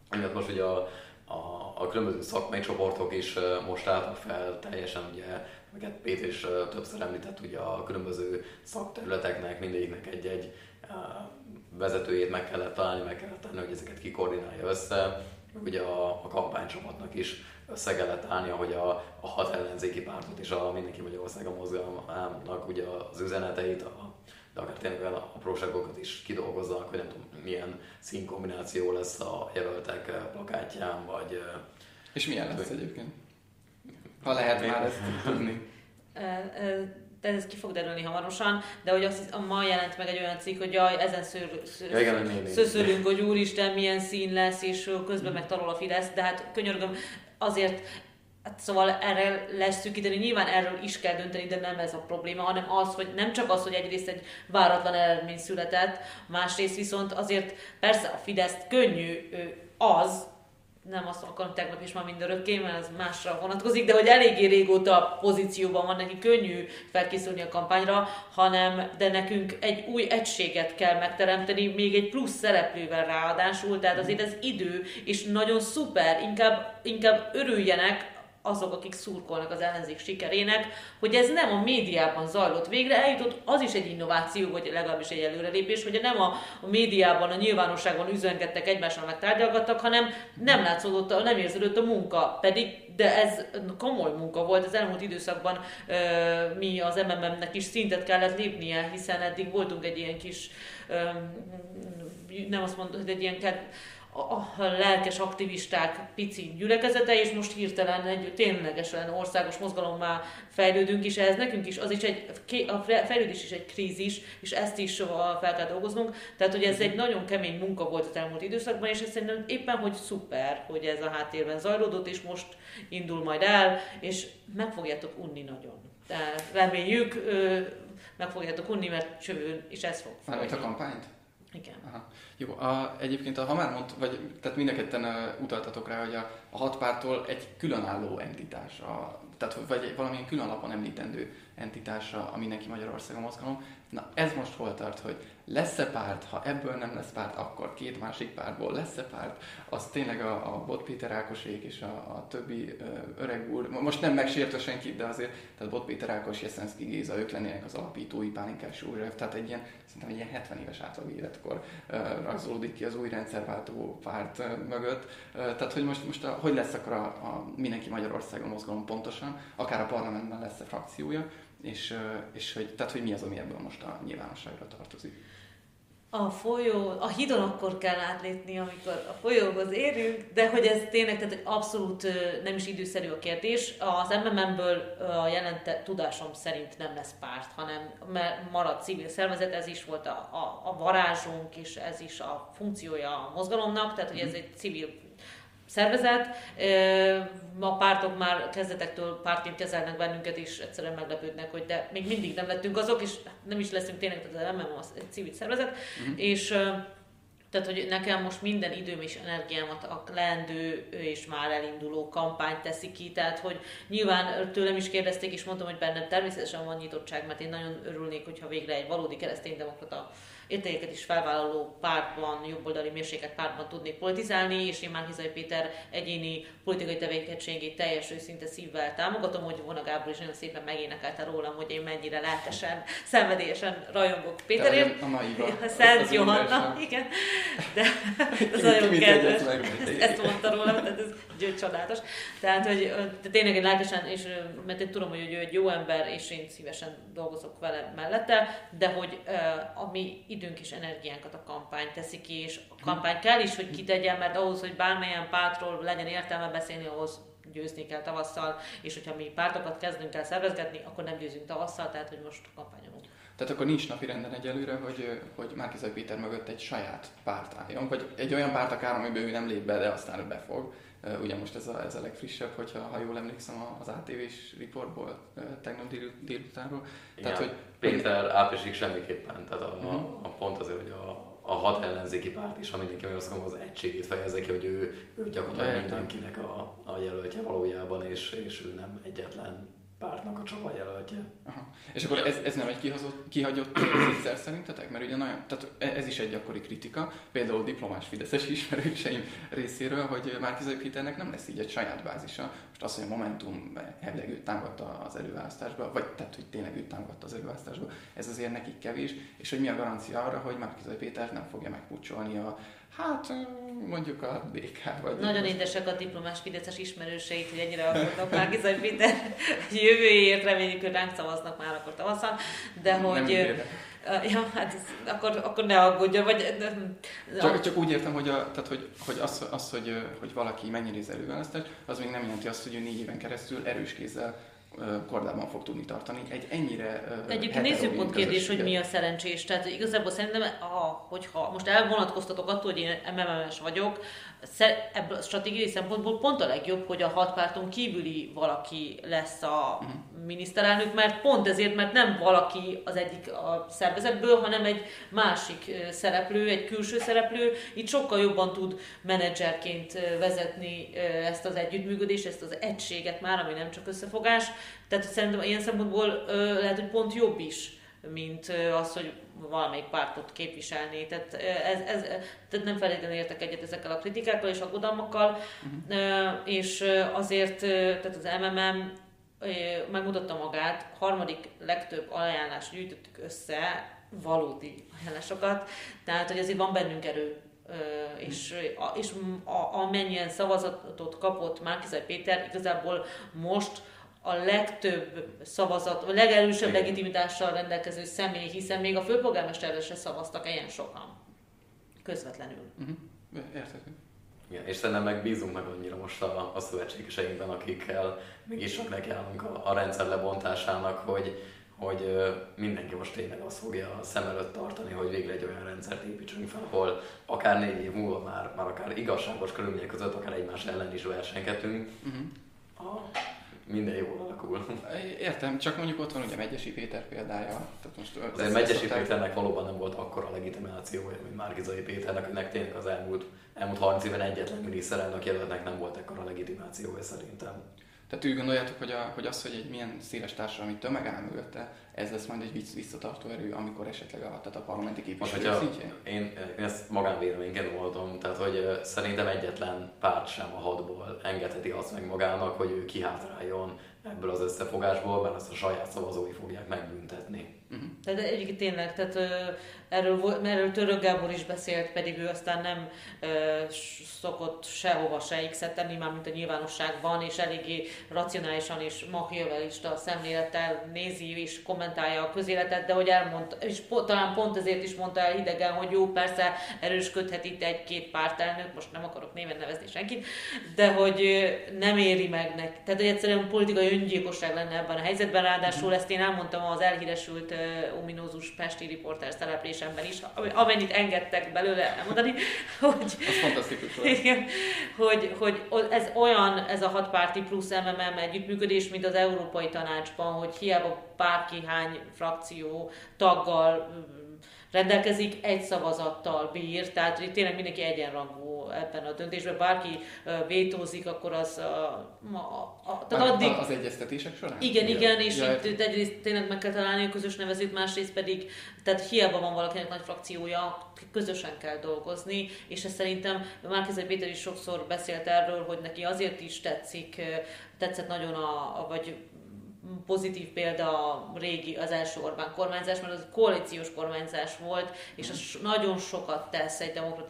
Emiatt most ugye a különböző szakmai csoportok is most álltak fel teljesen, ugye, amiket Péter is többször említett, ugye a különböző szakterületeknek, mindegyiknek egy-egy vezetőjét meg kellett találni, meg kellett tenni, hogy ezeket kikoordinálja össze. Ugye a kampánycsapatnak is össze kellett állnia, hogy a 6 ellenzéki pártot és a Mindenki Magyarország a mozgalmának ugye az üzeneteit, de akár tényleg olyan apróságokat is kidolgozzanak, hogy nem tudom, milyen színkombináció lesz a jelöltek plakátján, vagy... És milyen lesz egyébként? Ha lehet már ezt tudni. De ez ki fog derülni hamarosan, de hogy ma jelent meg egy olyan cikk, hogy jaj, ezen szőszölünk, hogy úristen, milyen szín lesz, és közben meg tarol a Fidesz, de hát könyörgöm, azért, hát szóval erre lesz szűkíteni, nyilván erről is kell dönteni, de nem ez a probléma, hanem az, hogy nem csak az, hogy egyrészt egy váratlan eredmény született, másrészt viszont azért persze a Fideszt könnyű nem azt akarom tegnap is már mindörökké, mert ez másra vonatkozik, de hogy eléggé régóta pozícióban van, neki könnyű felkészülni a kampányra, de nekünk egy új egységet kell megteremteni, még egy plusz szereplővel ráadásul, tehát azért ez idő, és nagyon szuper, inkább örüljenek azok, akik szurkolnak az ellenzék sikerének, hogy ez nem a médiában zajlott. Végre eljutott, az is egy innováció, vagy legalábbis egy előrelépés, hogy nem a médiában, a nyilvánosságon üzengettek egymásra, meg tárgyalgattak, hanem nem látszódott, nem érződött a munka. De ez komoly munka volt, az elmúlt időszakban mi az MMM-nek is szintet kellett lépnie, hiszen eddig voltunk egy ilyen kis, nem azt mondom, hogy egy ilyen a lelkes aktivisták pici gyülekezete, és most hirtelen egy ténylegesen országos mozgalommá fejlődünk, és ez nekünk is, a fejlődés is egy krízis, és ezt is fel kell dolgoznunk. Tehát, hogy ez egy nagyon kemény munka volt az elmúlt időszakban, és ez szerintem éppen, hogy szuper, hogy ez a háttérben zajlódott, és most indul majd el, és meg fogjátok unni nagyon. Tehát reméljük, meg fogjátok unni, mert csövőn, és ez fog. Mármint a kampányt? Igen. Aha. Jó, egyébként ha már tehát mind a ketten utaltatok rá, hogy a 6 pártól egy különálló entitás, tehát vagy valamilyen külön alapon említendő entitás a Mindenki Magyarországon mozgalom. Na ez most hol tart, hogy lesz-e párt, ha ebből nem lesz párt, akkor 2 másik pártból lesz-e párt, az tényleg a Bot Péter Ákosék és a többi öreg úr, most nem megsértő senkit, de azért, tehát Bot Péter Ákos, Jeszenszky Géza, ők lennének az alapítói, Pálinkás József, tehát szerintem egy ilyen 70 éves átlag életkor rajzolódik ki az új rendszerváltó párt mögött. Tehát, hogy most hogy lesz akkor a Mindenki Magyarországon mozgalom pontosan, akár a parlamentben lesz-e frakciója, és hogy mi az, ami ebből most a nyilvánosságra tartozik. A hídon akkor kell átlépni, amikor a folyóhoz érünk, de hogy ez tényleg, tehát abszolút nem is időszerű a kérdés. Az MMM-ből a jelente tudásom szerint nem lesz párt, hanem marad civil szervezet, ez is volt a varázsunk, és ez is a funkciója a mozgalomnak, tehát hogy ez egy civil szervezet. A pártok már kezdetektől pártként kezelnek bennünket, és egyszerűen meglepődnek, hogy de még mindig nem lettünk azok, és nem is leszünk tényleg, tehát az MMM az egy civil szervezet, és tehát, hogy nekem most minden időm és energiámat a leendő és már elinduló kampányt teszi ki, tehát, hogy nyilván tőlem is kérdezték, és mondtam, hogy bennem természetesen van nyitottság, mert én nagyon örülnék, hogyha végre egy valódi kereszténydemokrata értékeket is felvállaló pártban, jobboldali mérsékelt pártban tudnék politizálni, és én Márki-Zay Péter egyéni politikai tevékenységét teljes őszinte szívvel támogatom, hogy Vona Gábor is nagyon szépen megénekelte rólam, hogy én mennyire lelkesen, szenvedélyesen rajongok Péterért. A naiva. Szent Johanna, igen. De ez nagyon kedves. Ezt mondta rólam, tehát ez csodálatos. Tehát, hogy tényleg egy lelkesen, és mert én tudom, hogy ő egy jó ember, és én szívesen dolgozok vele mellette, de hogy a mi időnk és energiánkat a kampány teszi ki, és a kampány kell is, hogy kitegyen, mert ahhoz, hogy bármilyen pártról legyen értelme beszélni, ahhoz győzni kell tavasszal, és hogyha mi pártokat kezdünk el szervezgetni, akkor nem győzünk tavasszal, tehát hogy most kampányolunk. Tehát akkor nincs napirenden egyelőre, hogy Márki-Zay Péter mögött egy saját párt álljon, vagy egy olyan párt akár, amiben ő nem lép be, de aztán ő befog. Ugye most ez a legfrissebb, ha jól emlékszem az ATV-s riportból, tegnap délutánról. Tehát, hogy Péter áprilisig semmiképpen, tehát a pont azért, hogy a 6 ellenzéki párt is, ha mindenki az egységét fejezi ki, hogy ő gyakorlatilag mindenkinek a jelöltje valójában, és ő nem egyetlen pártnak a csapatjelöltje. Aha. És akkor ez nem egy kihagyott zicser szerintetek? Mert ugye nagyon, tehát ez is egy gyakori kritika, például diplomás fideszes ismerőseim részéről, hogy Márki-Zay Péternek nem lesz így egy saját bázisa. Most az, hogy a Momentum elvileg őt támogatta az előválasztásba, vagy tehát, hogy tényleg őt támogatta az előválasztásba, ez azért nekik kevés, és hogy mi a garancia arra, hogy Márki-Zay Péter nem fogja megpucsolni mondjuk a DK vagy... Nagyon édesek a diplomás fideszes ismerőseit, hogy ennyire aggódnak Márki-Zay Péter jövőjéért, reméljük, hogy ránk szavaznak már akkor tavasszal, de hogy... Ja, hát akkor ne aggódjon, vagy... Csak úgy értem, hogy hogy valaki megnyeri előválasztást, az még nem jelenti azt, hogy ő 4 éven keresztül erős kézzel kordában fog tudni tartani. Egy ennyire egyébként nézzük kérdés, hogy mi a szerencsés. Tehát igazából szerintem, hogyha most elvonatkoztatok attól, hogy én MMM-es vagyok, ebből a stratégiai szempontból pont a legjobb, hogy a 6 párton kívüli valaki lesz a miniszterelnök, mert pont ezért, mert nem valaki az egyik a szervezetből, hanem egy másik szereplő, egy külső szereplő, itt sokkal jobban tud menedzserként vezetni ezt az együttműködést, ezt az egységet már, ami nem csak összefogás. Tehát szerintem ilyen szempontból lehet, hogy pont jobb is, mint az, hogy valamelyik pártot képviselni. Tehát, tehát nem feltétlenül értek egyet ezekkel a kritikákkal és aggodalmakkal, és azért tehát az MMM megmutatta magát, harmadik legtöbb ajánlást gyűjtöttük össze, valódi ajánlásokat, tehát hogy azért van bennünk erő. És amennyien szavazatot kapott Márki-Zay Péter, igazából most a legtöbb szavazat, a legerősebb legitimitással rendelkező személy, hiszen még a főpolgármesterre se szavaztak ilyen sokan. Közvetlenül. Érthető. Igen, és szerintem meg bízunk meg annyira most a szövetségeseinkben, akikkel mégis csak nekiállunk a rendszer lebontásának, hogy mindenki most tényleg azt fogja szem előtt tartani, hogy végre egy olyan rendszert építsünk fel, ahol akár 4 év múlva már akár igazságos körülmények között, akár egymás ellen is versenykedünk. Minden jól alakul. Értem, csak mondjuk ott van ugye Megyesi Péter példája. Tehát most azért Megyesi Péternek valóban nem volt akkora legitimációja, mint Márki-Zay Péternek, akinek tényleg az elmúlt 30 éven egyetlen miniszterelnök jelöltnek nem volt ekkora legitimációja szerintem. Tehát úgy gondoljátok, hogy az, hogy egy milyen széles társadalmi tömeg áll mögötte, ez lesz majd egy visszatartó erő, amikor esetleg a parlamenti képviselők szintjén? Én ezt magánvéleményként mondom, tehát hogy szerintem egyetlen párt sem a 6-ból engedheti azt meg magának, hogy ő kihátráljon ebből az összefogásból, mert azt a saját szavazói fogják megbüntetni. Tehát egyébként tényleg, tehát erről Török Gábor is beszélt, pedig ő aztán nem szokott sehova se X-et tenni, már mint a nyilvánosságban, és eléggé racionálisan és machiavellista szemlélettel nézi és kommentálja a közéletet, de hogy elmondta, és talán pont ezért is mondta el hidegen, hogy jó, persze erősködhet itt 1-2 pártelnök, most nem akarok néven nevezni senkit, de hogy nem éri meg neki. Tehát, hogy egyszerűen politikai öngyilkosság lenne ebben a helyzetben, ráadásul ezt én elmondtam az elhíresült ominózus pesti riporter szereplésemben is, amennyit engedtek belőle elmondani, hogy... Az fantasztikus volt. Igen, hogy ez a 6 párti plusz MMM együttműködés, mint az Európai Tanácsban, hogy hiába bárki hány frakció taggal rendelkezik, egy szavazattal bír, tehát tényleg mindenki egyenrangú ebben a döntésben. Bárki vétózik, akkor az tehát addig... Az egyeztetések során? Igen, és itt egyrészt tényleg meg kell találni a közös nevezőt, másrészt pedig, tehát hiába van valakinek nagy frakciója, közösen kell dolgozni, és ez szerintem Márki-Zay Péter is sokszor beszélt erről, hogy neki azért is tetszett nagyon vagy pozitív példa az első Orbán kormányzás, mert az koalíciós kormányzás volt, és az nagyon sokat tesz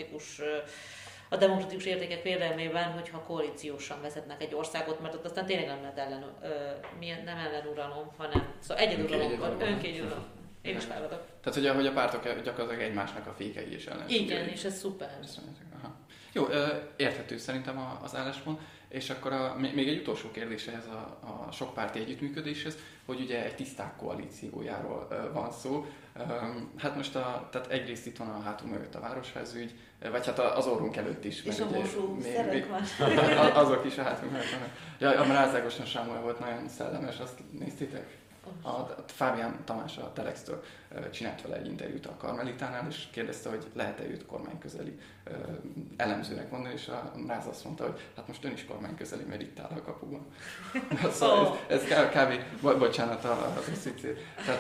a demokratikus értékek védelmében, hogyha koalíciósan vezetnek egy országot, mert ott aztán tényleg nem lehet nem ellenuralom, hanem szóval egyeduralom, önkényuralom. Én is váladok. Tehát, hogy a pártok gyakorlatilag egymásnak a fékei és ellensúlyai. Igen, és ez szuper. Aha. Jó, érthető szerintem az álláspont. És akkor még egy utolsó kérdés ehhez a sokpárti együttműködéshez, hogy ugye egy tiszták koalíciójáról van szó. Hát most tehát egyrészt itt van a hátunk mögött a Városház-ügy, vagy hát az orrunk előtt is. És a mosó szerek van. Azok is a hátunk mögött vannak. Ja, a Rázágosan Sámuel volt nagyon szellemes, azt néztétek? A Fábián Tamás a Telextől csinált vele egy interjút a Karmelitánál, és kérdezte, hogy lehet-e őt kormányközeli elemzőnek mondani, és a Ráz azt mondta, hogy hát most ön is kormányközeli, mert itt áll a kapuban. Szóval ez kb. Bocsánat a szicér. Tehát,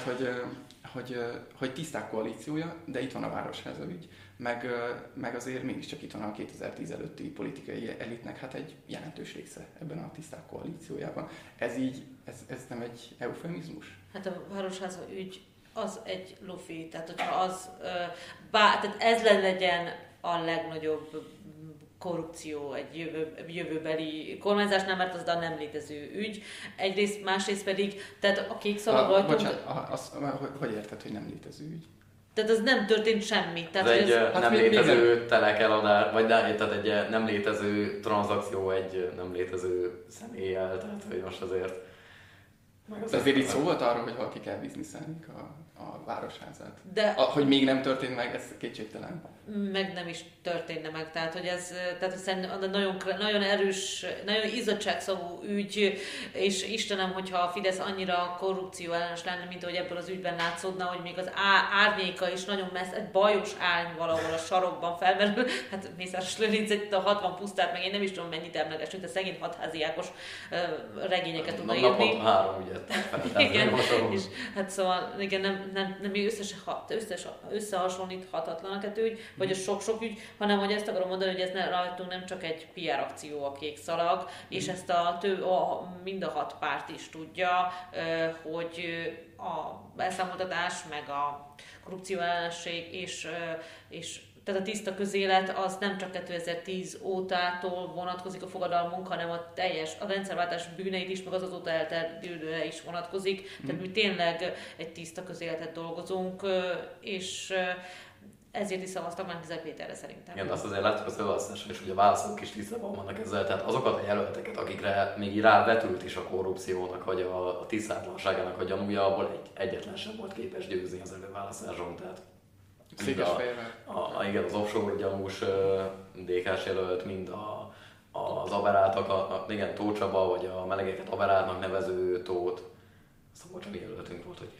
hogy tiszták koalíciója, de itt van a Városháza ügy, meg azért mégiscsak itt van a 2010 előtti politikai elitnek hát egy jelentős része ebben a tiszták koalíciójában. Ez nem egy eufemizmus? Hát a Városháza ügy az egy lufi, tehát hogyha az, tehát ez legyen a legnagyobb korrupció egy jövőbeli kormányzásnál, mert az a nem létező ügy. Egyrészt, másrészt pedig, tehát a kék szalag rajtunk... Bocsánat, hogy érted, hogy nem létező ügy? Tehát az nem történt semmi. Tehát ez egy nem létező nem... telekeladás, vagy tehát egy nem létező tranzakció egy nem létező személlyel, tehát hogy most azért... Azért itt szó volt arról, hogy valaki kell bizniszelni a Városházát. De hogy még nem történt meg, ez kétségtelen. Meg nem is történne meg, tehát hogy ez szerintem nagyon erős, nagyon izzadságszagú ügy, és Istenem, hogyha a Fidesz annyira korrupció ellenes lenne, mint ahogy ebből az ügyben látszódna, hogy még az árnyéka is nagyon messze, egy bajos árny valahol a sarokban felmerül, hát Mészáros Lőrinc itt a 60 pusztát, meg én nem is tudom mennyit emlegesünk, de szegény hatházi Ákos regényeket tudna írni. Naponta 3 ügyet. Igen, és hát szóval igen, nem összehasonlíthatatlan a kettő ügy, vagy a sok-sok ügy, hanem hogy ezt akarom mondani, hogy ez rajtunk nem csak egy PR akció a kék szalag, és ezt mind a 6 párt is tudja, hogy a elszámoltatás, meg a korrupció ellenesség és tehát a tiszta közélet az nem csak 2010 ótától vonatkozik a fogadalmunk, hanem a rendszerváltás bűneit is, meg az azóta elteltődőre is vonatkozik. Tehát mi tényleg egy tiszta közéletet dolgozunk, és ezért is szavaztak már Gizek Péterre szerintem. Igen, azt azért látjuk az előválasztáson is, hogy a választók is tisztában vannak ezzel, tehát azokat a jelölteket, akikre még így rávetült is a korrupciónak, vagy a tisztátlanságának a gyanúja, abból egyetlen sem volt képes győzni az előválasztáson, tehát igen, az offshore gyanús DK-s jelölt, mind az aberáltak, igen, Tóth Csaba, vagy a melegeket aberáltnak nevező Tóth, szóval csak jelöltünk volt, hogy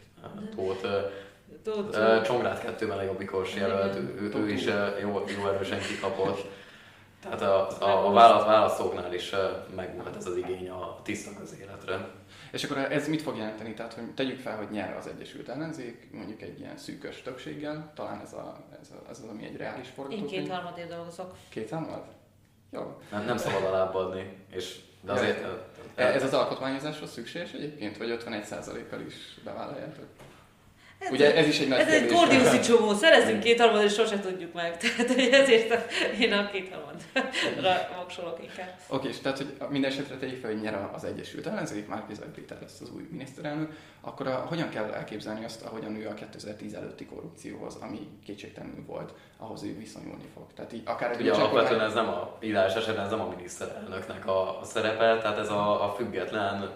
Tóth Csongrád 2-ben a jobbikos jelölt, ő is jó erősen kikapott. Tehát a választóknál is megvolt ez az igény a tiszta közéletre. És akkor ez mit fog jelenteni? Tehát, hogy tegyük fel, hogy nyer az Egyesült Ellenzék, mondjuk egy ilyen szűkös többséggel, talán ez az, ami egy reális forgatókönyv. Én 2/3 dolgozok. 2/3? Jó. Nem szabad alábbadni, de azért... Ez az alkotmányozáshoz szükséges egyébként, vagy 51%-kal is bevállaljátok? Ugye ez is egy nagy kérdés. Ez egy Gordiuszi csomó, szerezzünk 2/3 és sose tudjuk meg. Tehát ezért én a 2/3-ra voksolok inkább. Oké, és tehát hogy minden esetre tegyük fel, hogy nyer az Egyesült Ellenzék, Márki-Zay Péter lesz az új miniszterelnök, akkor hogyan kell elképzelni azt, ahogyan ő a 2010 előtti korrupcióhoz, ami kétségtelenül volt, ahhoz ő viszonyulni fog? Tehát így akár egy ugye alapvetően ez nem ideális esetben ez nem a miniszterelnöknek a szerepe, tehát ez a független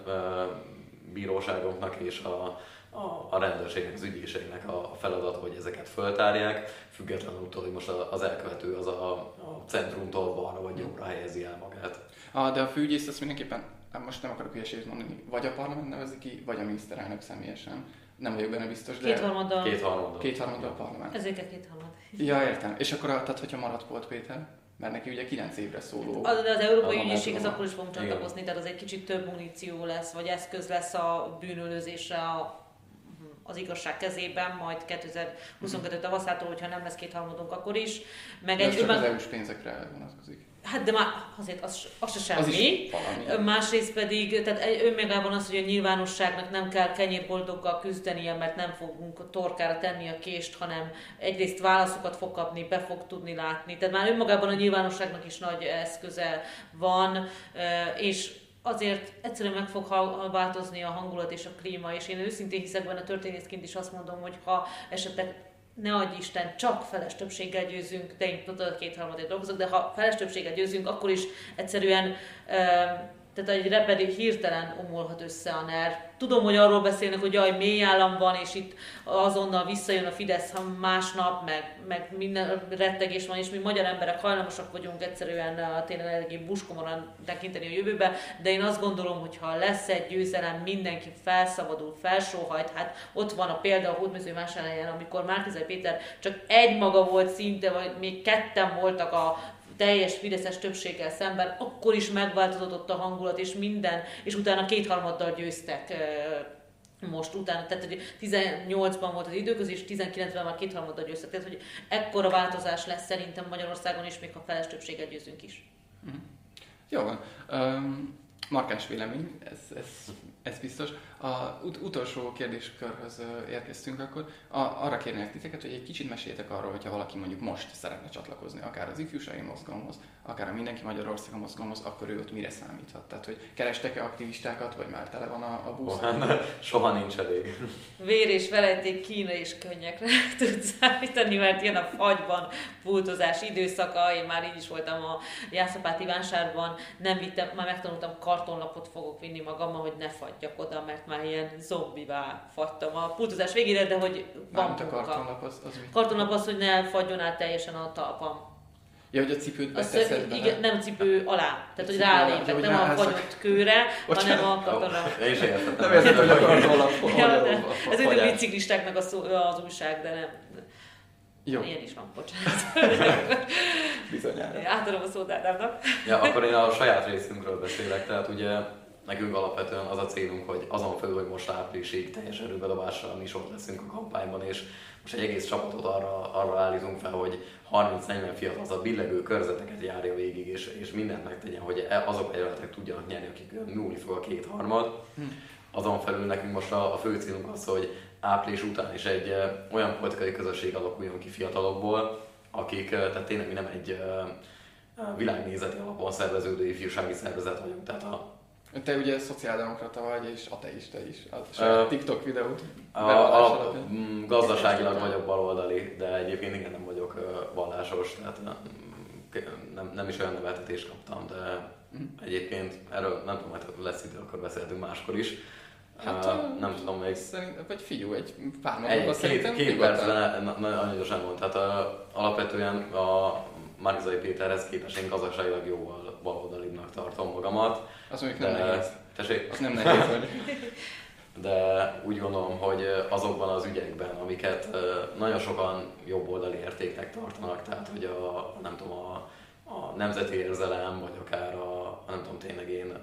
bíróságoknak és a rendőrségnek, az ügyészségnek a feladat, hogy ezeket föltárják, függetlenül attól, hogy most az elkövető az a centrumtól balra vagy jobbra helyezi el magát. De a főügyész ezt mindenképpen, most nem akarok hülyeséget mondani, vagy a parlament nevezi ki, vagy a miniszterelnök személyesen. Nem vagyok benne biztos, de... Kétharmaddal a parlament. Ezért 2/3. Ja, értem. És akkor, tehát hogyha maradt volt Péter? Mert neki ugye 9 évre szóló... De az Európai Ügyészséghez akkor is fogunk csatlakozni, tehát az egy kicsit több muníció lesz, vagy eszköz lesz a bűnöldözésre az igazság kezében, majd 2022 tavaszától, hogyha nem lesz 2/3 akkor is. Meg ez csak az EU-s pénzekre vonatkozik. Hát de már azért az se semmi. Másrészt pedig, tehát önmagában az, hogy a nyilvánosságnak nem kell kenyérboldoggal küzdenie, mert nem fogunk torkára tenni a kést, hanem egyrészt válaszokat fog kapni, be fog tudni látni. Tehát már önmagában a nyilvánosságnak is nagy eszköze van, és azért egyszerűen meg fog változni a hangulat és a klíma, és én őszintén hiszek benne, történészként is azt mondom, hogy ha esetleg ne adj Isten, csak feles többséggel győzünk, de én tudod, 2/3 dolgozok, de ha feles többséggel győzünk, akkor is egyszerűen Tehát egy repedő hirtelen omolhat össze a NER. Tudom, hogy arról beszélnek, hogy jaj, mély állam van, és itt azonnal visszajön a Fidesz másnap, meg minden rettegés van, és mi magyar emberek hajlamosak vagyunk egyszerűen tényleg eléggé buskomoran tekinteni a jövőbe, de én azt gondolom, hogy ha lesz egy győzelem, mindenki felszabadul, felsóhajt. Hát ott van a példa a Hódmezővásárhelyen, amikor Márki-Zay Péter csak egy maga volt szinte, vagy még ketten voltak a teljes fideszes többséggel szemben, akkor is megváltozott a hangulat és minden, és utána 2/3 győztek most utána, tehát hogy 18-ban volt az időközi, és 19-ben már 2/3 győztek, tehát hogy ekkora változás lesz szerintem Magyarországon is, még ha feles többséggel győzünk is. Jó van. Markáns vélemény, ez biztos. Utolsó kérdéskörhöz érkeztünk akkor. Arra kérnék titeket, hogy egy kicsit meséljetek arról, hogyha valaki mondjuk most szeretne csatlakozni, akár az ifjúsági mozgalomhoz, akár a Mindenki Magyarország mozgalomhoz, akkor ő ott mire számíthat? Tehát, hogy kerestek-e aktivistákat, vagy már tele van a busz? Soha nincs elég. Vér és velejték, Kína és könnyekre tudsz számítani, mert jön a fagyban pultozás időszaka. Én már így is voltam a Jászapáti vásárban, nem vittem, már megtanultam, kartonlapot fogok vinni magammal, hogy ne fagyjak oda, mert már ilyen zombivá fagytam a pultozás végére, de hogy van a kartonlap az mi? Kartonlap az, hogy ne fagyjon át teljesen a talpam. Ja, hogy a cipőt beteszed bele? Igen, nem cipő alá, tehát hogy rálépek, nem a fagyott kőre, hanem a kartonlap. Én is értettem. Nem értettem, hogy a kartonlap ez úgy a biciklistáknak az újság, de nem. Jó. Ilyen is van, bocsánat. Bizonyára. Átadom a szót Ádámnak. Ja, akkor én a saját részünkről beszélek, tehát ugye nekünk alapvetően az a célunk, hogy azon felül, hogy most áprilisig teljes erőbedobással mi is ott leszünk a kampányban, és most egy egész csapatot arra állítunk fel, hogy 30-40 fiatal az a billegő körzeteket járja végig, és mindent megtegyen, hogy azok a jelöltek tudjanak nyerni, akik múlni fog a 2/3. Azon felül nekünk most a fő célunk az, hogy április után is egy olyan politikai közösség alakuljon ki fiatalokból, akik, tehát tényleg mi nem egy világnézeti alapon szerveződő ifjúsági szervezet vagyunk. Tehát te ugye szociáldemokrata vagy, és ateista is. A TikTok videót gazdaságilag vagyok baloldali, de egyébként igen, nem vagyok vallásos, tehát nem is olyan neveltetést kaptam, de egyébként erről nem tudom, majd lesz idő, akkor beszéltünk máskor is. Hát nem tudom még. Vagy figyelj, egy pár mondatban szerintem. Két percben nagyon gyorsan mond. Tehát alapvetően a Márki-Zay Péterhez képest én gazdaságilag jóval baloldalibbnak tartom magamat. Az mondjuk nem nehéz. Tessék? Az nem nehéz, hogy... De úgy gondolom, hogy azokban az ügyekben, amiket nagyon sokan jobboldali értéknek tartanak, tehát hogy nem tudom, a nemzeti érzelem, vagy akár nem tudom, tényleg én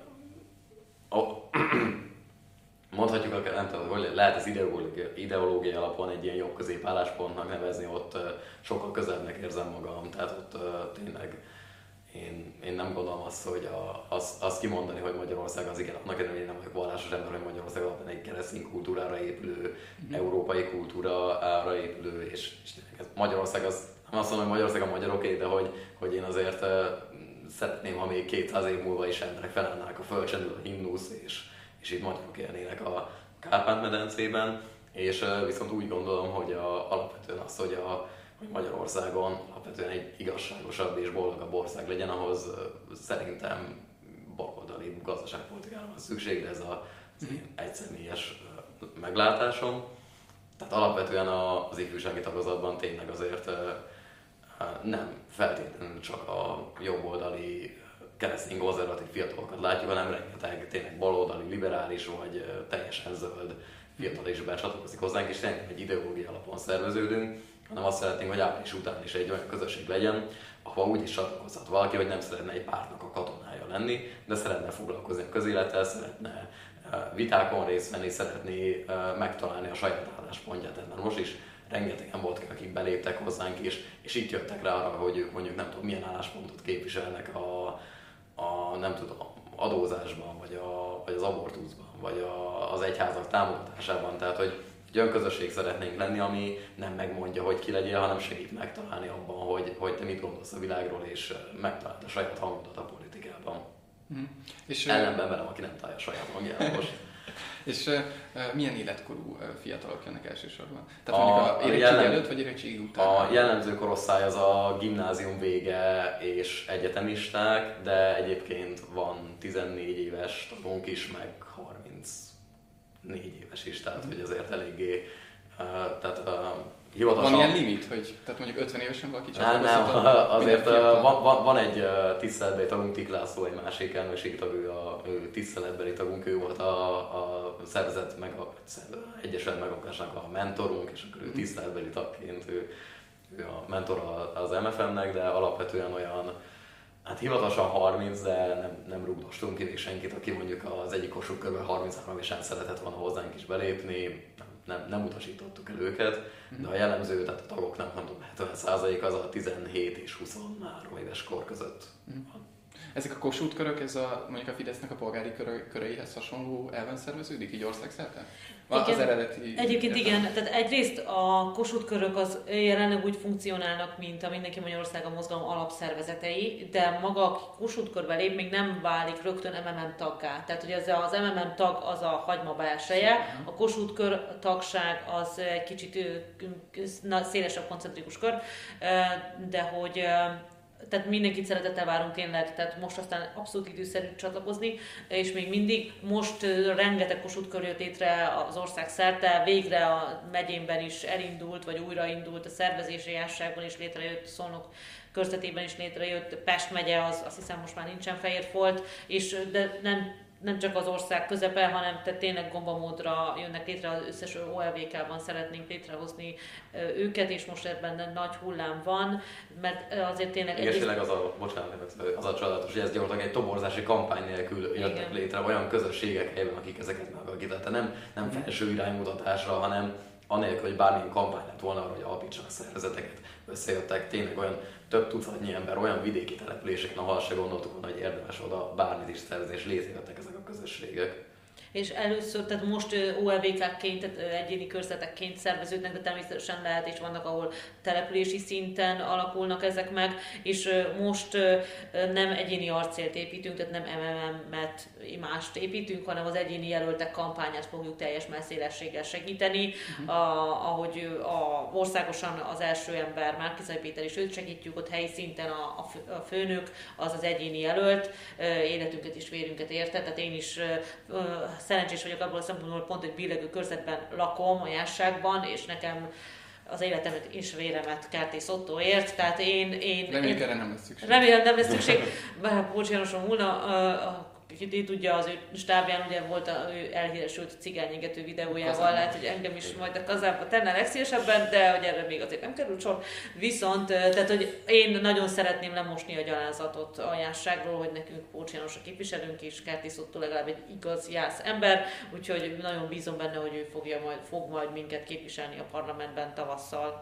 mondhatjuk, nem tudom, hogy lehet ez ideológiai alapon egy ilyen jobb középalláspontnak nevezni, ott sokkal közelnek érzem magam, tehát ott tényleg én nem gondolom azt, hogy azt kimondani, hogy Magyarország az igen, annak ellenére nem vagyok vallásos ember, hogy Magyarország alapján egy keresztény kultúrára épülő, európai kultúrára épülő, és Magyarország az, nem azt mondom, hogy Magyarország a magyaroké, de hogy én azért szeretném, ha még 200 év múlva is emberek felállnának a földcsendül a himnusz, és itt magyarok élnének a Kárpát-medencében, és viszont úgy gondolom, hogy alapvetően az, hogy Magyarországon alapvetően egy igazságosabb és boldogabb ország legyen, ahhoz szerintem baloldali gazdaságpolitikára van szükség, de ez az egyszemélyes meglátásom. Tehát alapvetően az ifjúsági tagozatban tényleg azért nem feltétlenül csak a jobboldali keresztény konzervatív fiatalokat látjuk, hanem rengeteg tényleg baloldali, liberális vagy teljesen zöld fiatal is becsatlakozik hozzánk, és tényleg egy ideológia alapon szerveződünk, hanem azt szeretnénk, hogy április után is egy olyan közösség legyen, ahol úgy is csatlakozhat valaki, hogy nem szeretne egy pártnak a katonája lenni, de szeretne foglalkozni a közélettel, szeretne vitákon részt venni, szeretné megtalálni a saját álláspontját. Mert most is rengetegen voltak, akik beléptek hozzánk, és itt jöttek rá arra, hogy ők mondjuk nem tudom milyen álláspontot képviselnek nem tudom, adózásban, vagy az abortuszban, vagy az egyházak támogatásában. Tehát, hogy egy olyan közösség szeretnénk lenni, ami nem megmondja, hogy ki legyél, hanem segít megtalálni abban, hogy te mit gondolsz a világról, és megtaláld a saját hangodat a politikában. És ellenben velem, aki nem találja a saját hangját most. És milyen életkorú fiatalok jönnek elsősorban? Tehát mondjuk a érettségi előtt, vagy érettségi után? A jellemző korosztály az a gimnázium vége és egyetemisták, de egyébként van 14 éves tagunk is, meg 34 éves is, tehát hogy azért eléggé, tehát hivatalosan... Van ilyen limit, hogy tehát mondjuk 50 évesen valaki csak Nem, azért van egy tiszteletbeli tagunk, Tik László, egy másik elnökségi tag, ő tiszteletbeli tagunk, ő volt a szervezet meg a Egyesület Megalakulásnak a mentorunk, és akkor ő tiszteletbeli tagként, ő a mentor az MFM-nek, de alapvetően olyan, hát hivatalosan 30, de nem rúgdostunk ki még senkit, aki mondjuk az egyik Kossuth Körben 33 évesen szeretett volna hozzánk is belépni, nem utasítottuk el őket, de a jellemző, tehát a tagoknak mondom 70% az a 17 és 23 éves kor között van. Ezek a Kossuth körök, ez mondjuk a Fidesznek a polgári köreihez hasonló elven szerveződik, így országszerte? Az eredeti... Egyébként igen, tehát egyrészt a Kossuth körök az jelenleg úgy funkcionálnak, mint a Mindenki Magyarországa mozgalom alapszervezetei, de maga a Kossuth körbe lép, még nem válik rögtön MMM taggá. Tehát ugye az MMM tag az a hagyma belseje, a Kossuth kör tagság az egy kicsit szélesebb koncentrikus kör, de hogy tehát mindenkit szeretettel várunk tényleg, tehát most aztán abszolút időszerű csatlakozni, és még mindig most rengeteg Kossuth kör jött létre az ország szerte, végre a megyénben is elindult, vagy újraindult, a szervezési járságban is létrejött, Szolnok körzetében is létrejött, Pest megye, azt hiszem most már nincsen Fehérfolt, de nem csak az ország közepe, hanem tehát tényleg gombamódra jönnek létre, az összes OLVK-ban szeretnénk létrehozni őket, és most ebben nagy hullám van, mert azért tényleg... Igen, az a csodálatos, hogy ez gyakorlatilag egy toborzási kampány nélkül jöttek létre olyan közösségek helyben, akik ezeket megalakították. Nem felső iránymutatásra, hanem anélkül, hogy bármilyen kampány lett volna arra, hogy alapítsanak szervezeteket, összejöttek tényleg olyan több tucatnyi ember, olyan vidéki településeken, ahol se gondoltuk volna, hogy érdemes oda bármit is szervezni, és létrejöttek ezek a közösségek. És először, tehát most OLVK-ként, tehát egyéni körzetekként szerveződnek, de természetesen lehet, és vannak, ahol települési szinten alakulnak ezek meg, és most nem egyéni arcélt építünk, tehát nem MMM-et mást építünk, hanem az egyéni jelöltek kampányát fogjuk teljes messzélességgel segíteni, ahogy országosan az első ember, Márki-Zay Péter is, őt segítjük, ott helyi szinten a főnök, az az egyéni jelölt, életünket és vérünket érte, tehát én is szerencsés vagyok abból a szempontból, pont egy billegő körzetben lakom a járságban, és nekem az életemet és véremet Kertész Ottó ért, tehát Reméljük erre nem lesz szükség. Remélem nem lesz szükség, bár Pócs Jánoson múlna, kicsit tudja, az ő stábján ugye volt ő elhíresült cigányégető videójával, lehet, hogy engem is majd a kazába tenne legszívesebben, de hogy erre még azért nem került sor. Viszont, tehát, hogy én nagyon szeretném lemosni a gyalázatot a járságról, hogy nekünk Pócs János a képviselőnk és Kertész Ottó legalább egy igaz jász ember, úgyhogy nagyon bízom benne, hogy ő fog majd minket képviselni a parlamentben tavasszal.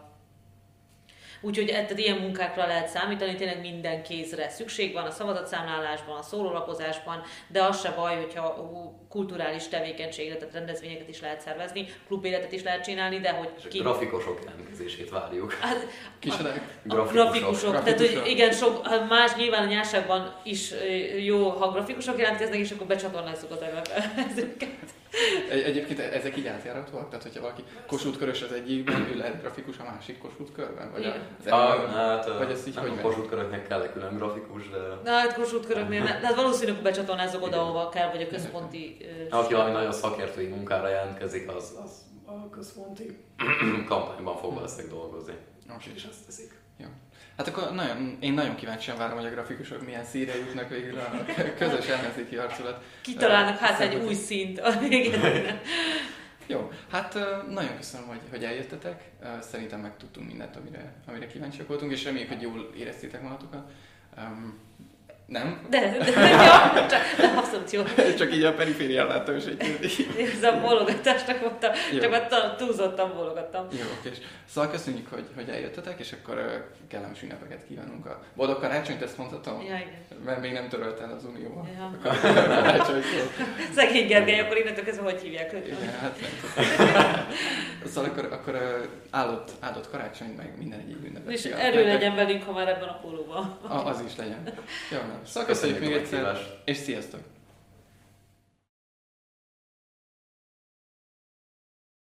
Úgyhogy tehát ilyen munkákra lehet számítani, tényleg minden kézre szükség van a szavazatszámlálásban, a szórólapozásban, de az se baj, hogyha kulturális tevékenységre, tehát rendezvényeket is lehet szervezni, klubéletet is lehet csinálni, de hogy ki... grafikusok jelentkezését várjuk. Hát, grafikusok. Tehát, hogy igen, más nyilván a nyárságban is jó, ha grafikusok jelentkeznek, és akkor becsatornázzuk az ezeket. Egyébként ezek így átjárhatóak? Tehát, hogyha valaki Kossuth körös az egyikben, ő lehet grafikus a másik Kossuth körben? Vagy ez így hogy a Kossuth köröknek kell külön grafikus, de... Hát Kossuth köröknél nem. Hát valószínűleg becsatornázzuk oda, ahova kell, vagy a központi... Aki valami nagyon szakértői munkára jelentkezik, az a központi kampányban fog valószínűleg dolgozni. És ezt teszik. Jó. Hát akkor én nagyon kíváncsian várom, hogy a grafikusok milyen színre jutnak végül a közös ellenzéki harcolat. Kitalálnak egy új szint a végén. Jó, hát nagyon köszönöm, hogy eljöttetek. Szerintem megtudtunk mindent, amire kíváncsiak voltunk, és reméljük, hogy jól éreztétek magatokat. Nem? De abszolút jó. Csak így a periférián láttam, és ez a bólogatásnak mondtam, csak túlzottan bólogattam. Jó, oké. Szóval köszönjük, hogy eljöttetek, és akkor kellemes ünnepeket kívánunk. A boldog karácsonyt, ezt mondhatom? Ja, igen. Mert még nem törölt el az Unióval. Ja. Szegény Gergely, akkor innentől kezdve hogy hívják őt? Igen, hát nem tudom. Szóval akkor áldott karácsonyt, meg minden egyéb ünnepet. És erő legyen velünk, ha már ebben a pólóban. Az is legyen. Jó, szóval köszönjük még egyszer, és sziasztok!